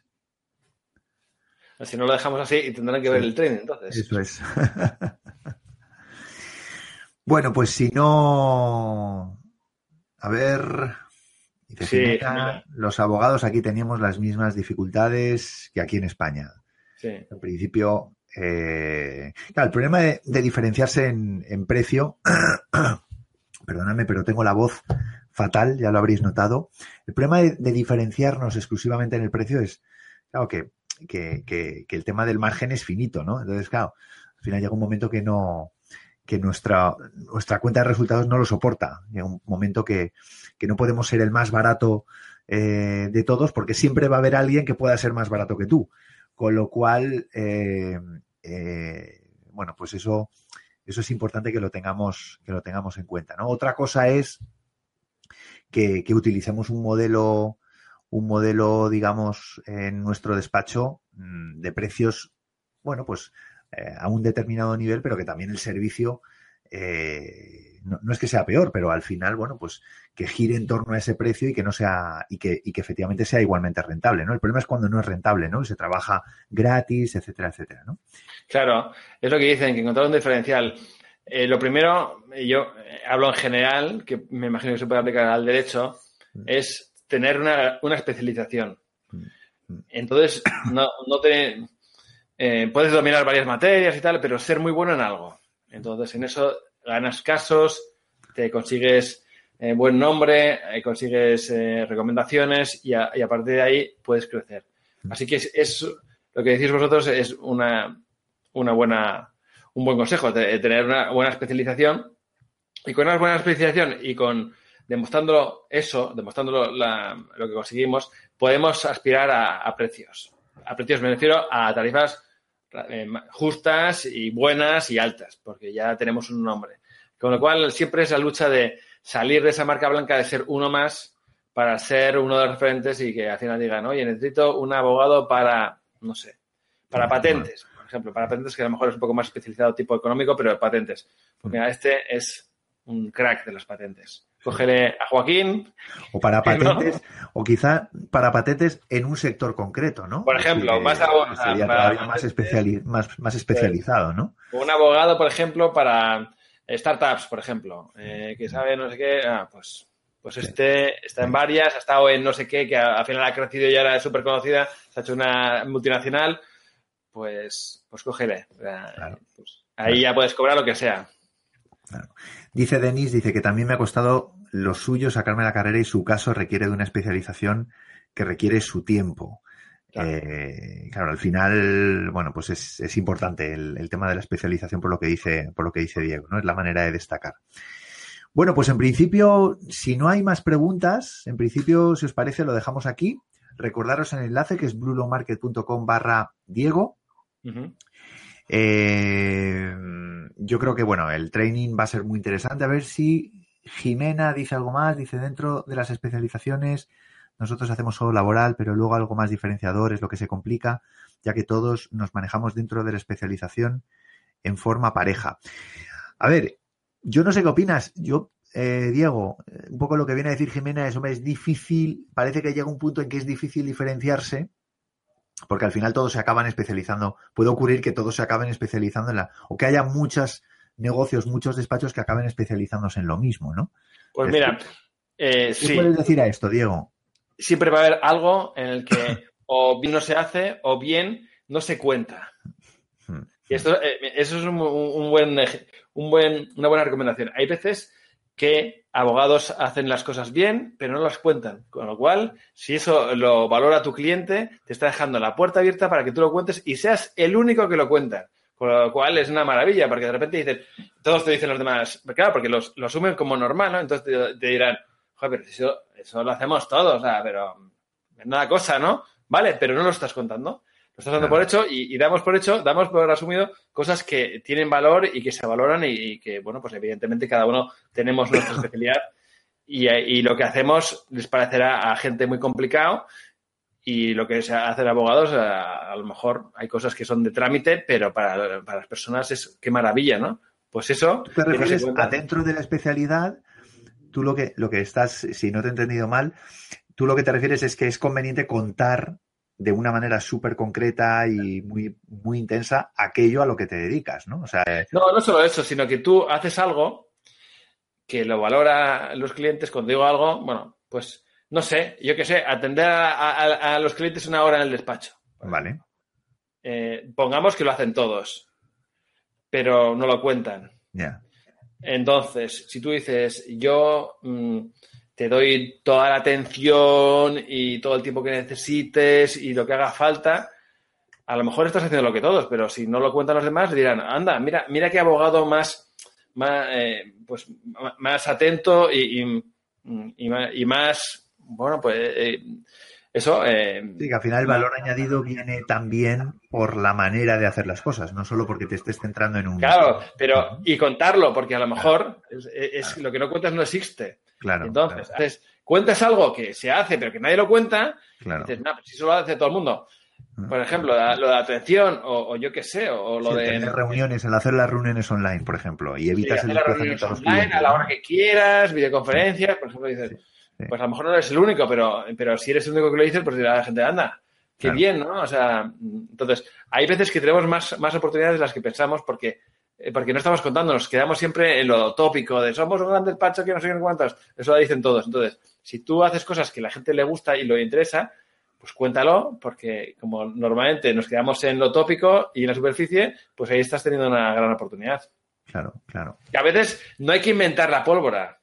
Si no lo dejamos así y tendrán que ver sí. el training, entonces. Eso es. Bueno, pues si no... A ver... Dice sí, Jimena, los abogados aquí teníamos las mismas dificultades que aquí en España. Sí. En principio, eh, claro, el problema de, de diferenciarse en, en precio, perdóname, pero tengo la voz fatal, ya lo habréis notado. El problema de, de diferenciarnos exclusivamente en el precio es, claro, que, que, que, que el tema del margen es finito, ¿no? Entonces, claro, al final llega un momento que no, que nuestra, nuestra cuenta de resultados no lo soporta. Llega un momento que, que no podemos ser el más barato eh, de todos, porque siempre va a haber alguien que pueda ser más barato que tú. Con lo cual, eh, eh, bueno, pues eso, eso es importante que lo tengamos, que lo tengamos en cuenta, ¿no? Otra cosa es que, que utilicemos un modelo, un modelo, digamos, en nuestro despacho de precios, bueno, pues eh, a un determinado nivel, pero que también el servicio eh, no, no es que sea peor, pero al final, bueno, pues que gire en torno a ese precio y que no sea, y que, y que efectivamente sea igualmente rentable, ¿no? El problema es cuando no es rentable, ¿no? Y se trabaja gratis, etcétera, etcétera, ¿no? Claro, es lo que dicen, que encontrar un diferencial. Eh, lo primero, yo hablo en general, que me imagino que se puede aplicar al derecho, mm. es tener una, una especialización. Mm. Entonces, no, no te, eh, puedes dominar varias materias y tal, pero ser muy bueno en algo. Entonces, en eso ganas casos, te consigues eh, buen nombre, eh, consigues eh, recomendaciones y a, y a partir de ahí puedes crecer. Así que es, es lo que decís vosotros es una, una buena, un buen consejo, de, de tener una buena especialización. Y con una buena especialización y con demostrándolo eso, demostrándolo la, lo que conseguimos, podemos aspirar a, a precios. A precios me refiero a tarifas eh, justas y buenas y altas, porque ya tenemos un nombre. Con lo cual, siempre es la lucha de salir de esa marca blanca, de ser uno más para ser uno de los referentes y que al final digan, oye, necesito un abogado para, no sé, para patentes, por ejemplo, para patentes que a lo mejor es un poco más especializado tipo económico, pero de patentes. Pues mira, este es un crack de las patentes. Cógele a Joaquín. O para patentes, ¿no? O quizá para patentes en un sector concreto, ¿no? Por ejemplo, sí, más aún. Sería todavía más, especiali- más, más especializado, ¿no? Un abogado, por ejemplo, para startups, por ejemplo, eh, que sabe no sé qué, ah, pues, pues este sí. está en varias, ha estado en no sé qué, que al final ha crecido y ahora es súper conocida, se ha hecho una multinacional, pues, pues cógele. Claro. Pues ahí claro. Ya puedes cobrar lo que sea. Claro. Dice Denis, dice que también me ha costado lo suyo sacarme la carrera y su caso requiere de una especialización que requiere su tiempo. Claro. Eh, claro, al final, bueno, pues es, es importante el, el tema de la especialización por lo que dice, por lo que dice Diego, ¿no? Es la manera de destacar. Bueno, pues en principio, si no hay más preguntas, en principio, si os parece, lo dejamos aquí. Recordaros el enlace que es bluelowmarket.com barra Diego. Uh-huh. Eh, yo creo que, bueno, el training va a ser muy interesante. A ver si Jimena dice algo más. Dice, dentro de las especializaciones, nosotros hacemos solo laboral, pero luego algo más diferenciador es lo que se complica, ya que todos nos manejamos dentro de la especialización en forma pareja. A ver, yo no sé qué opinas. Yo, eh, Diego, un poco lo que viene a decir Jimena es, hombre, es difícil, parece que llega un punto en que es difícil diferenciarse, porque al final todos se acaban especializando. Puede ocurrir que todos se acaben especializando en la, o que haya muchos negocios, muchos despachos que acaben especializándose en lo mismo, ¿no? Pues es mira, decir, eh, ¿qué sí. puedes decir a esto, Diego? Siempre va a haber algo en el que o bien no se hace o bien no se cuenta. Y esto, eh, eso es un, un buen, un buen, una buena recomendación. Hay veces que abogados hacen las cosas bien, pero no las cuentan. Con lo cual, si eso lo valora tu cliente, te está dejando la puerta abierta para que tú lo cuentes y seas el único que lo cuenta. Con lo cual es una maravilla, porque de repente dicen, todos te dicen los demás, claro, porque los, lo asumen como normal, ¿no? Entonces te, te dirán, joder, pero eso, eso lo hacemos todos, o sea, pero es nada cosa, ¿no? Vale, pero no lo estás contando. Lo estás dando por hecho y, y damos por hecho, damos por asumido cosas que tienen valor y que se valoran y, y que, bueno, pues evidentemente cada uno tenemos nuestra especialidad y, y lo que hacemos les parecerá a gente muy complicado y lo que se hacen abogados, a, a lo mejor hay cosas que son de trámite, pero para, para las personas es qué maravilla, ¿no? Pues eso... ¿Tú te refieres a dentro de la especialidad? Tú lo que, lo que estás, si no te he entendido mal, tú lo que te refieres es que es conveniente contar de una manera súper concreta y muy, muy intensa aquello a lo que te dedicas, ¿no? O sea, no, no solo eso, sino que tú haces algo que lo valora los clientes. Cuando digo algo, bueno, pues no sé, yo qué sé, atender a, a, a los clientes una hora en el despacho. Vale. Eh, pongamos que lo hacen todos, pero no lo cuentan. Ya. Yeah. Entonces, si tú dices, yo... Mmm, te doy toda la atención y todo el tiempo que necesites y lo que haga falta, a lo mejor estás haciendo lo que todos, pero si no lo cuentan los demás, dirán, anda, mira, mira qué abogado más, más, eh, pues, más atento y, y, y, más, y más, bueno, pues eh, eso... Eh, sí, que al final el valor más... añadido viene también por la manera de hacer las cosas, no solo porque te estés centrando en un... Claro, pero y contarlo, porque a lo mejor claro. es, es claro. Lo que no cuentas no existe. Claro, Entonces, claro. haces, cuentas algo que se hace, pero que nadie lo cuenta, claro. y dices, no, pues si eso lo hace todo el mundo. Por ejemplo, la, lo de atención, o, o yo qué sé, o, o lo sí, de... tener reuniones, el hacer las reuniones online, por ejemplo, y evitas sí, el desplazamiento a los online, clientes. A la hora que quieras, videoconferencias, por ejemplo, dices, sí, sí. Pues a lo mejor no eres el único, pero, pero si eres el único que lo dices, pues dirá la gente, anda, qué claro. bien, ¿no? O sea, entonces, hay veces que tenemos más, más oportunidades de las que pensamos porque... porque no estamos contando, nos quedamos siempre en lo tópico de somos un gran despacho que no sé qué cuántos, eso lo dicen todos. Entonces, si tú haces cosas que a la gente le gusta y lo interesa, pues cuéntalo, porque como normalmente nos quedamos en lo tópico y en la superficie, pues ahí estás teniendo una gran oportunidad. Claro, claro. Que a veces no hay que inventar la pólvora.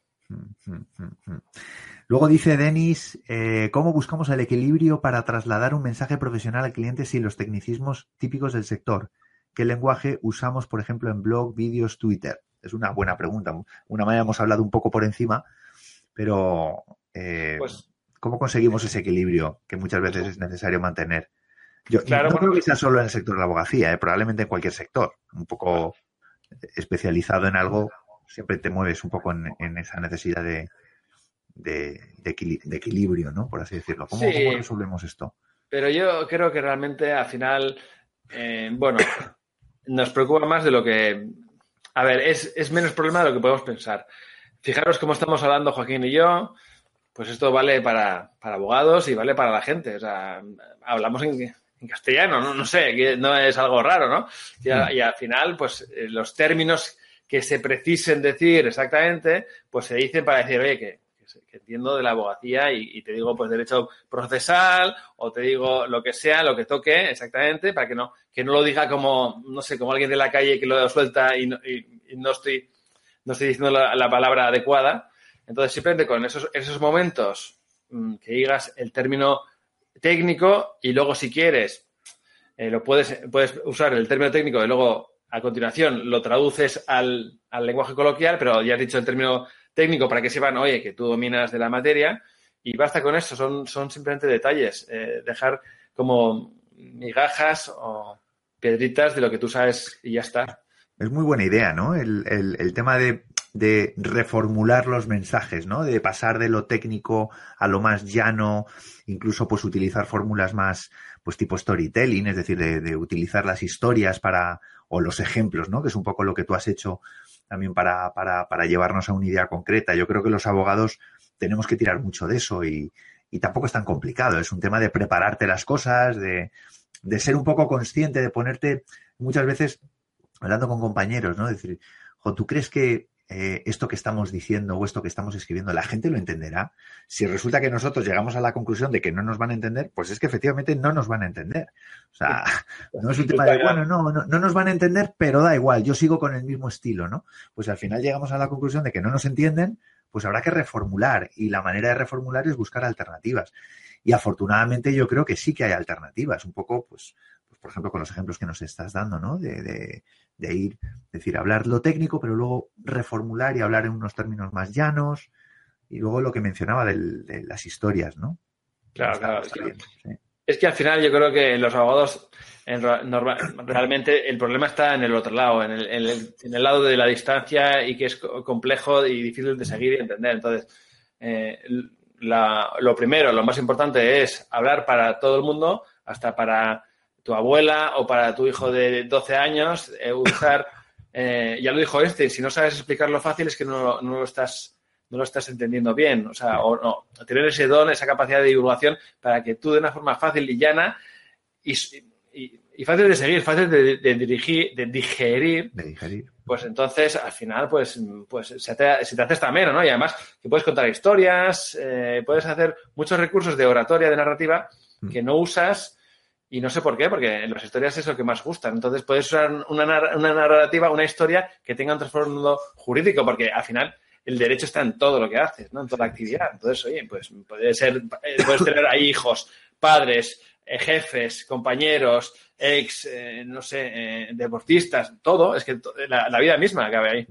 Luego dice Denis, eh, ¿cómo buscamos el equilibrio para trasladar un mensaje profesional al cliente sin los tecnicismos típicos del sector? ¿Qué lenguaje usamos, por ejemplo, en blog, vídeos, Twitter? Es una buena pregunta. Una manera hemos hablado un poco por encima, pero eh, pues, ¿cómo conseguimos ese equilibrio que muchas veces es necesario mantener? Yo claro, no bueno, creo que sea solo en el sector de la abogacía, ¿eh? Probablemente en cualquier sector. Un poco especializado en algo, siempre te mueves un poco en, en esa necesidad de, de, de, equil- de equilibrio, ¿no? Por así decirlo. ¿Cómo, sí, ¿Cómo resolvemos esto? Pero yo creo que realmente al final, eh, bueno... nos preocupa más de lo que... A ver, es, es menos problema de lo que podemos pensar. Fijaros cómo estamos hablando Joaquín y yo, pues esto vale para, para abogados y vale para la gente. O sea, hablamos en, en castellano, ¿no? No sé, que no es algo raro, ¿no? Y, a, y al final, pues los términos que se precisen decir exactamente, pues se dicen para decir, oye, que... que entiendo de la abogacía y, y te digo pues derecho procesal o te digo lo que sea, lo que toque exactamente para que no que no lo diga como, no sé, como alguien de la calle que lo suelta y no, y, y no estoy no estoy diciendo la, la palabra adecuada. Entonces simplemente con esos, esos momentos mmm, que digas el término técnico y luego si quieres eh, lo puedes, puedes usar el término técnico y luego a continuación lo traduces al, al lenguaje coloquial, pero ya has dicho el término técnico para que sepan, oye, que tú dominas de la materia y basta con eso, son, son simplemente detalles, eh, dejar como migajas o piedritas de lo que tú sabes y ya está. Es muy buena idea, ¿no? El, el, el tema de, de reformular los mensajes, ¿no? De pasar de lo técnico a lo más llano, incluso pues utilizar fórmulas más pues tipo storytelling, es decir, de, de utilizar las historias para o los ejemplos, ¿no? Que es un poco lo que tú has hecho también para, para, para llevarnos a una idea concreta. Yo creo que los abogados tenemos que tirar mucho de eso y, y tampoco es tan complicado. Es un tema de prepararte las cosas, de, de ser un poco consciente, de ponerte muchas veces hablando con compañeros, ¿no? Decir, jo, ¿tú crees que eh, esto que estamos diciendo o esto que estamos escribiendo la gente lo entenderá? Si resulta que nosotros llegamos a la conclusión de que no nos van a entender, pues es que efectivamente no nos van a entender. O sea, no es un tema de, bueno, no, no, no nos van a entender, pero da igual, yo sigo con el mismo estilo, ¿no? Pues al final llegamos a la conclusión de que no nos entienden, pues habrá que reformular y la manera de reformular es buscar alternativas. Y afortunadamente yo creo que sí que hay alternativas, un poco, pues, pues por ejemplo, con los ejemplos que nos estás dando, ¿no? De, de, de ir, decir, hablar lo técnico, pero luego reformular y hablar en unos términos más llanos. Y luego lo que mencionaba del, de las historias, ¿no? Claro, claro. Es que, sí. es que al final yo creo que los abogados, en, normal, realmente el problema está en el otro lado, en el, en, el, en el lado de la distancia y que es complejo y difícil de seguir y entender. Entonces, eh, la, lo primero, lo más importante es hablar para todo el mundo, hasta para tu abuela o para tu hijo de doce años, eh, usar, eh, ya lo dijo este, si no sabes explicarlo fácil es que no, no lo estás no lo estás entendiendo bien, o sea, o no, tener ese don, esa capacidad de divulgación para que tú de una forma fácil y llana y, y, y fácil de seguir, fácil de, de dirigir, de digerir, de digerir, pues entonces al final pues, pues se te, se te hace esta ameno, ¿no? Y además que puedes contar historias, eh, puedes hacer muchos recursos de oratoria, de narrativa que no usas. Y no sé por qué, porque en las historias es lo que más gusta. Entonces puedes usar una, una narrativa, una historia que tenga un trasfondo jurídico, porque al final el derecho está en todo lo que haces, ¿no? En toda la actividad. Entonces, oye, pues puede ser, puedes tener ahí hijos, padres, eh, jefes, compañeros, ex, eh, no sé, eh, deportistas, todo. Es que la, la vida misma cabe ahí.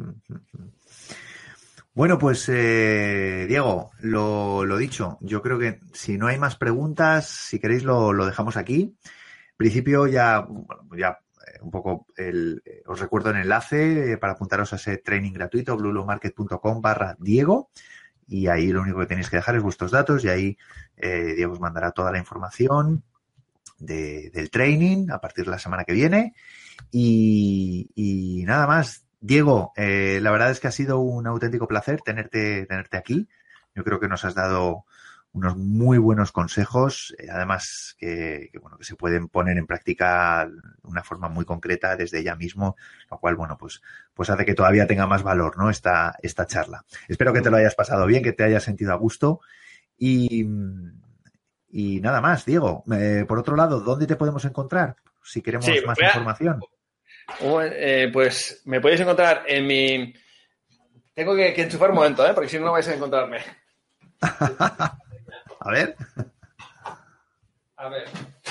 Bueno, pues eh, Diego, lo, lo dicho, yo creo que si no hay más preguntas, si queréis lo, lo dejamos aquí. En principio ya, bueno, ya eh, un poco el, eh, os recuerdo el enlace eh, para apuntaros a ese training gratuito, bluelomarket.com barra Diego, y ahí lo único que tenéis que dejar es vuestros datos y ahí eh, Diego os mandará toda la información de, del training a partir de la semana que viene y, y nada más. Diego, eh, la verdad es que ha sido un auténtico placer tenerte, tenerte aquí. Yo creo que nos has dado unos muy buenos consejos, eh, además que, que, bueno, que se pueden poner en práctica de una forma muy concreta desde ya mismo, lo cual, bueno, pues, pues hace que todavía tenga más valor, ¿no? Esta, esta charla. Espero que te lo hayas pasado bien, que te hayas sentido a gusto y, y nada más, Diego. Eh, por otro lado, ¿dónde te podemos encontrar? Si queremos sí, más a... información. Bueno, eh, pues me podéis encontrar en mi... Tengo que, que enchufar un momento, ¿eh? Porque si no, no vais a encontrarme. A ver. A ver.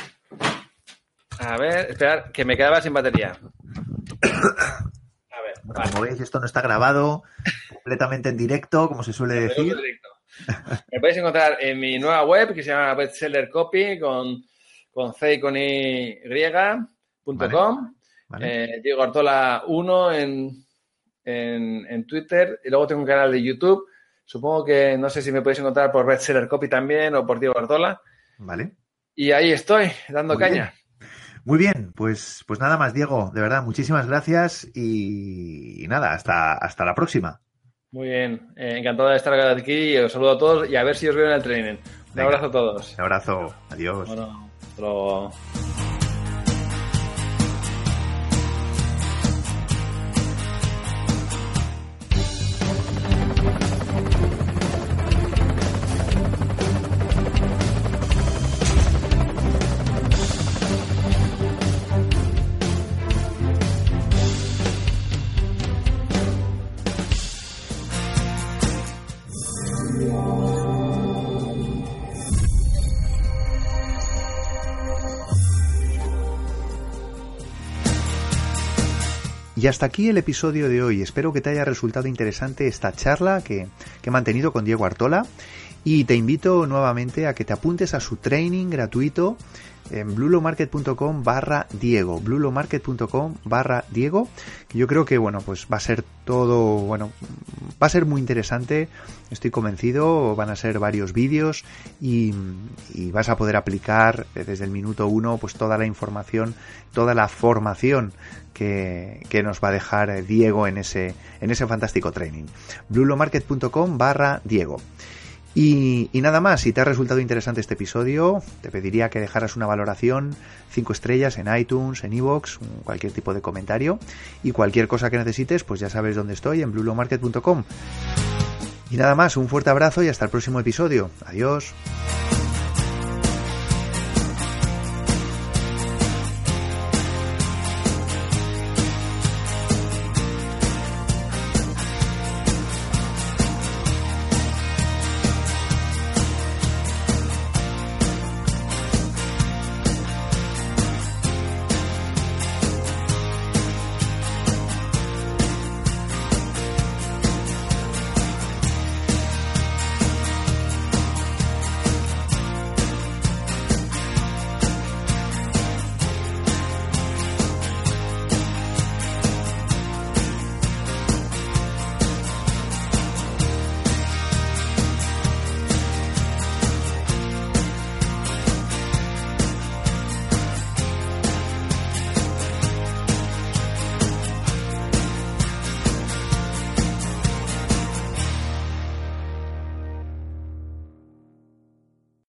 A ver, esperad, que me quedaba sin batería. A ver. Bueno, vale. Como veis, esto no está grabado, completamente en directo, como se suele decir. Me podéis encontrar en mi nueva web, que se llama Bestseller Copy, con, con C y con Y, punto com. Vale. Vale. Eh, Diego Artola uno en, en, en Twitter y luego tengo un canal de YouTube. Supongo que no sé si me podéis encontrar por Bestseller Copy también o por Diego Artola. Vale. Y ahí estoy, dando Muy caña. Bien. Muy bien, pues, pues nada más, Diego. De verdad, muchísimas gracias y, y nada, hasta, hasta la próxima. Muy bien, eh, encantado de estar aquí. Os saludo a todos y a ver si os veo en el training. Un Venga. abrazo a todos. Un abrazo, adiós. Bueno, hasta luego. Y hasta aquí el episodio de hoy. Espero que te haya resultado interesante esta charla que, que he mantenido con Diego Artola. Y te invito nuevamente a que te apuntes a su training gratuito en bluelowmarket.com barra Diego, bluelowmarket.com barra Diego, que yo creo que, bueno, pues va a ser todo, bueno, va a ser muy interesante, estoy convencido, van a ser varios vídeos y, y vas a poder aplicar desde el minuto uno, pues toda la información, toda la formación que, que nos va a dejar Diego en ese, en ese fantástico training. bluelowmarket.com barra Diego. Y, y nada más, si te ha resultado interesante este episodio, te pediría que dejaras una valoración, cinco estrellas en iTunes, en iVoox, cualquier tipo de comentario, y cualquier cosa que necesites, pues ya sabes dónde estoy, en bluelowmarket punto com. Y nada más, un fuerte abrazo y hasta el próximo episodio. Adiós.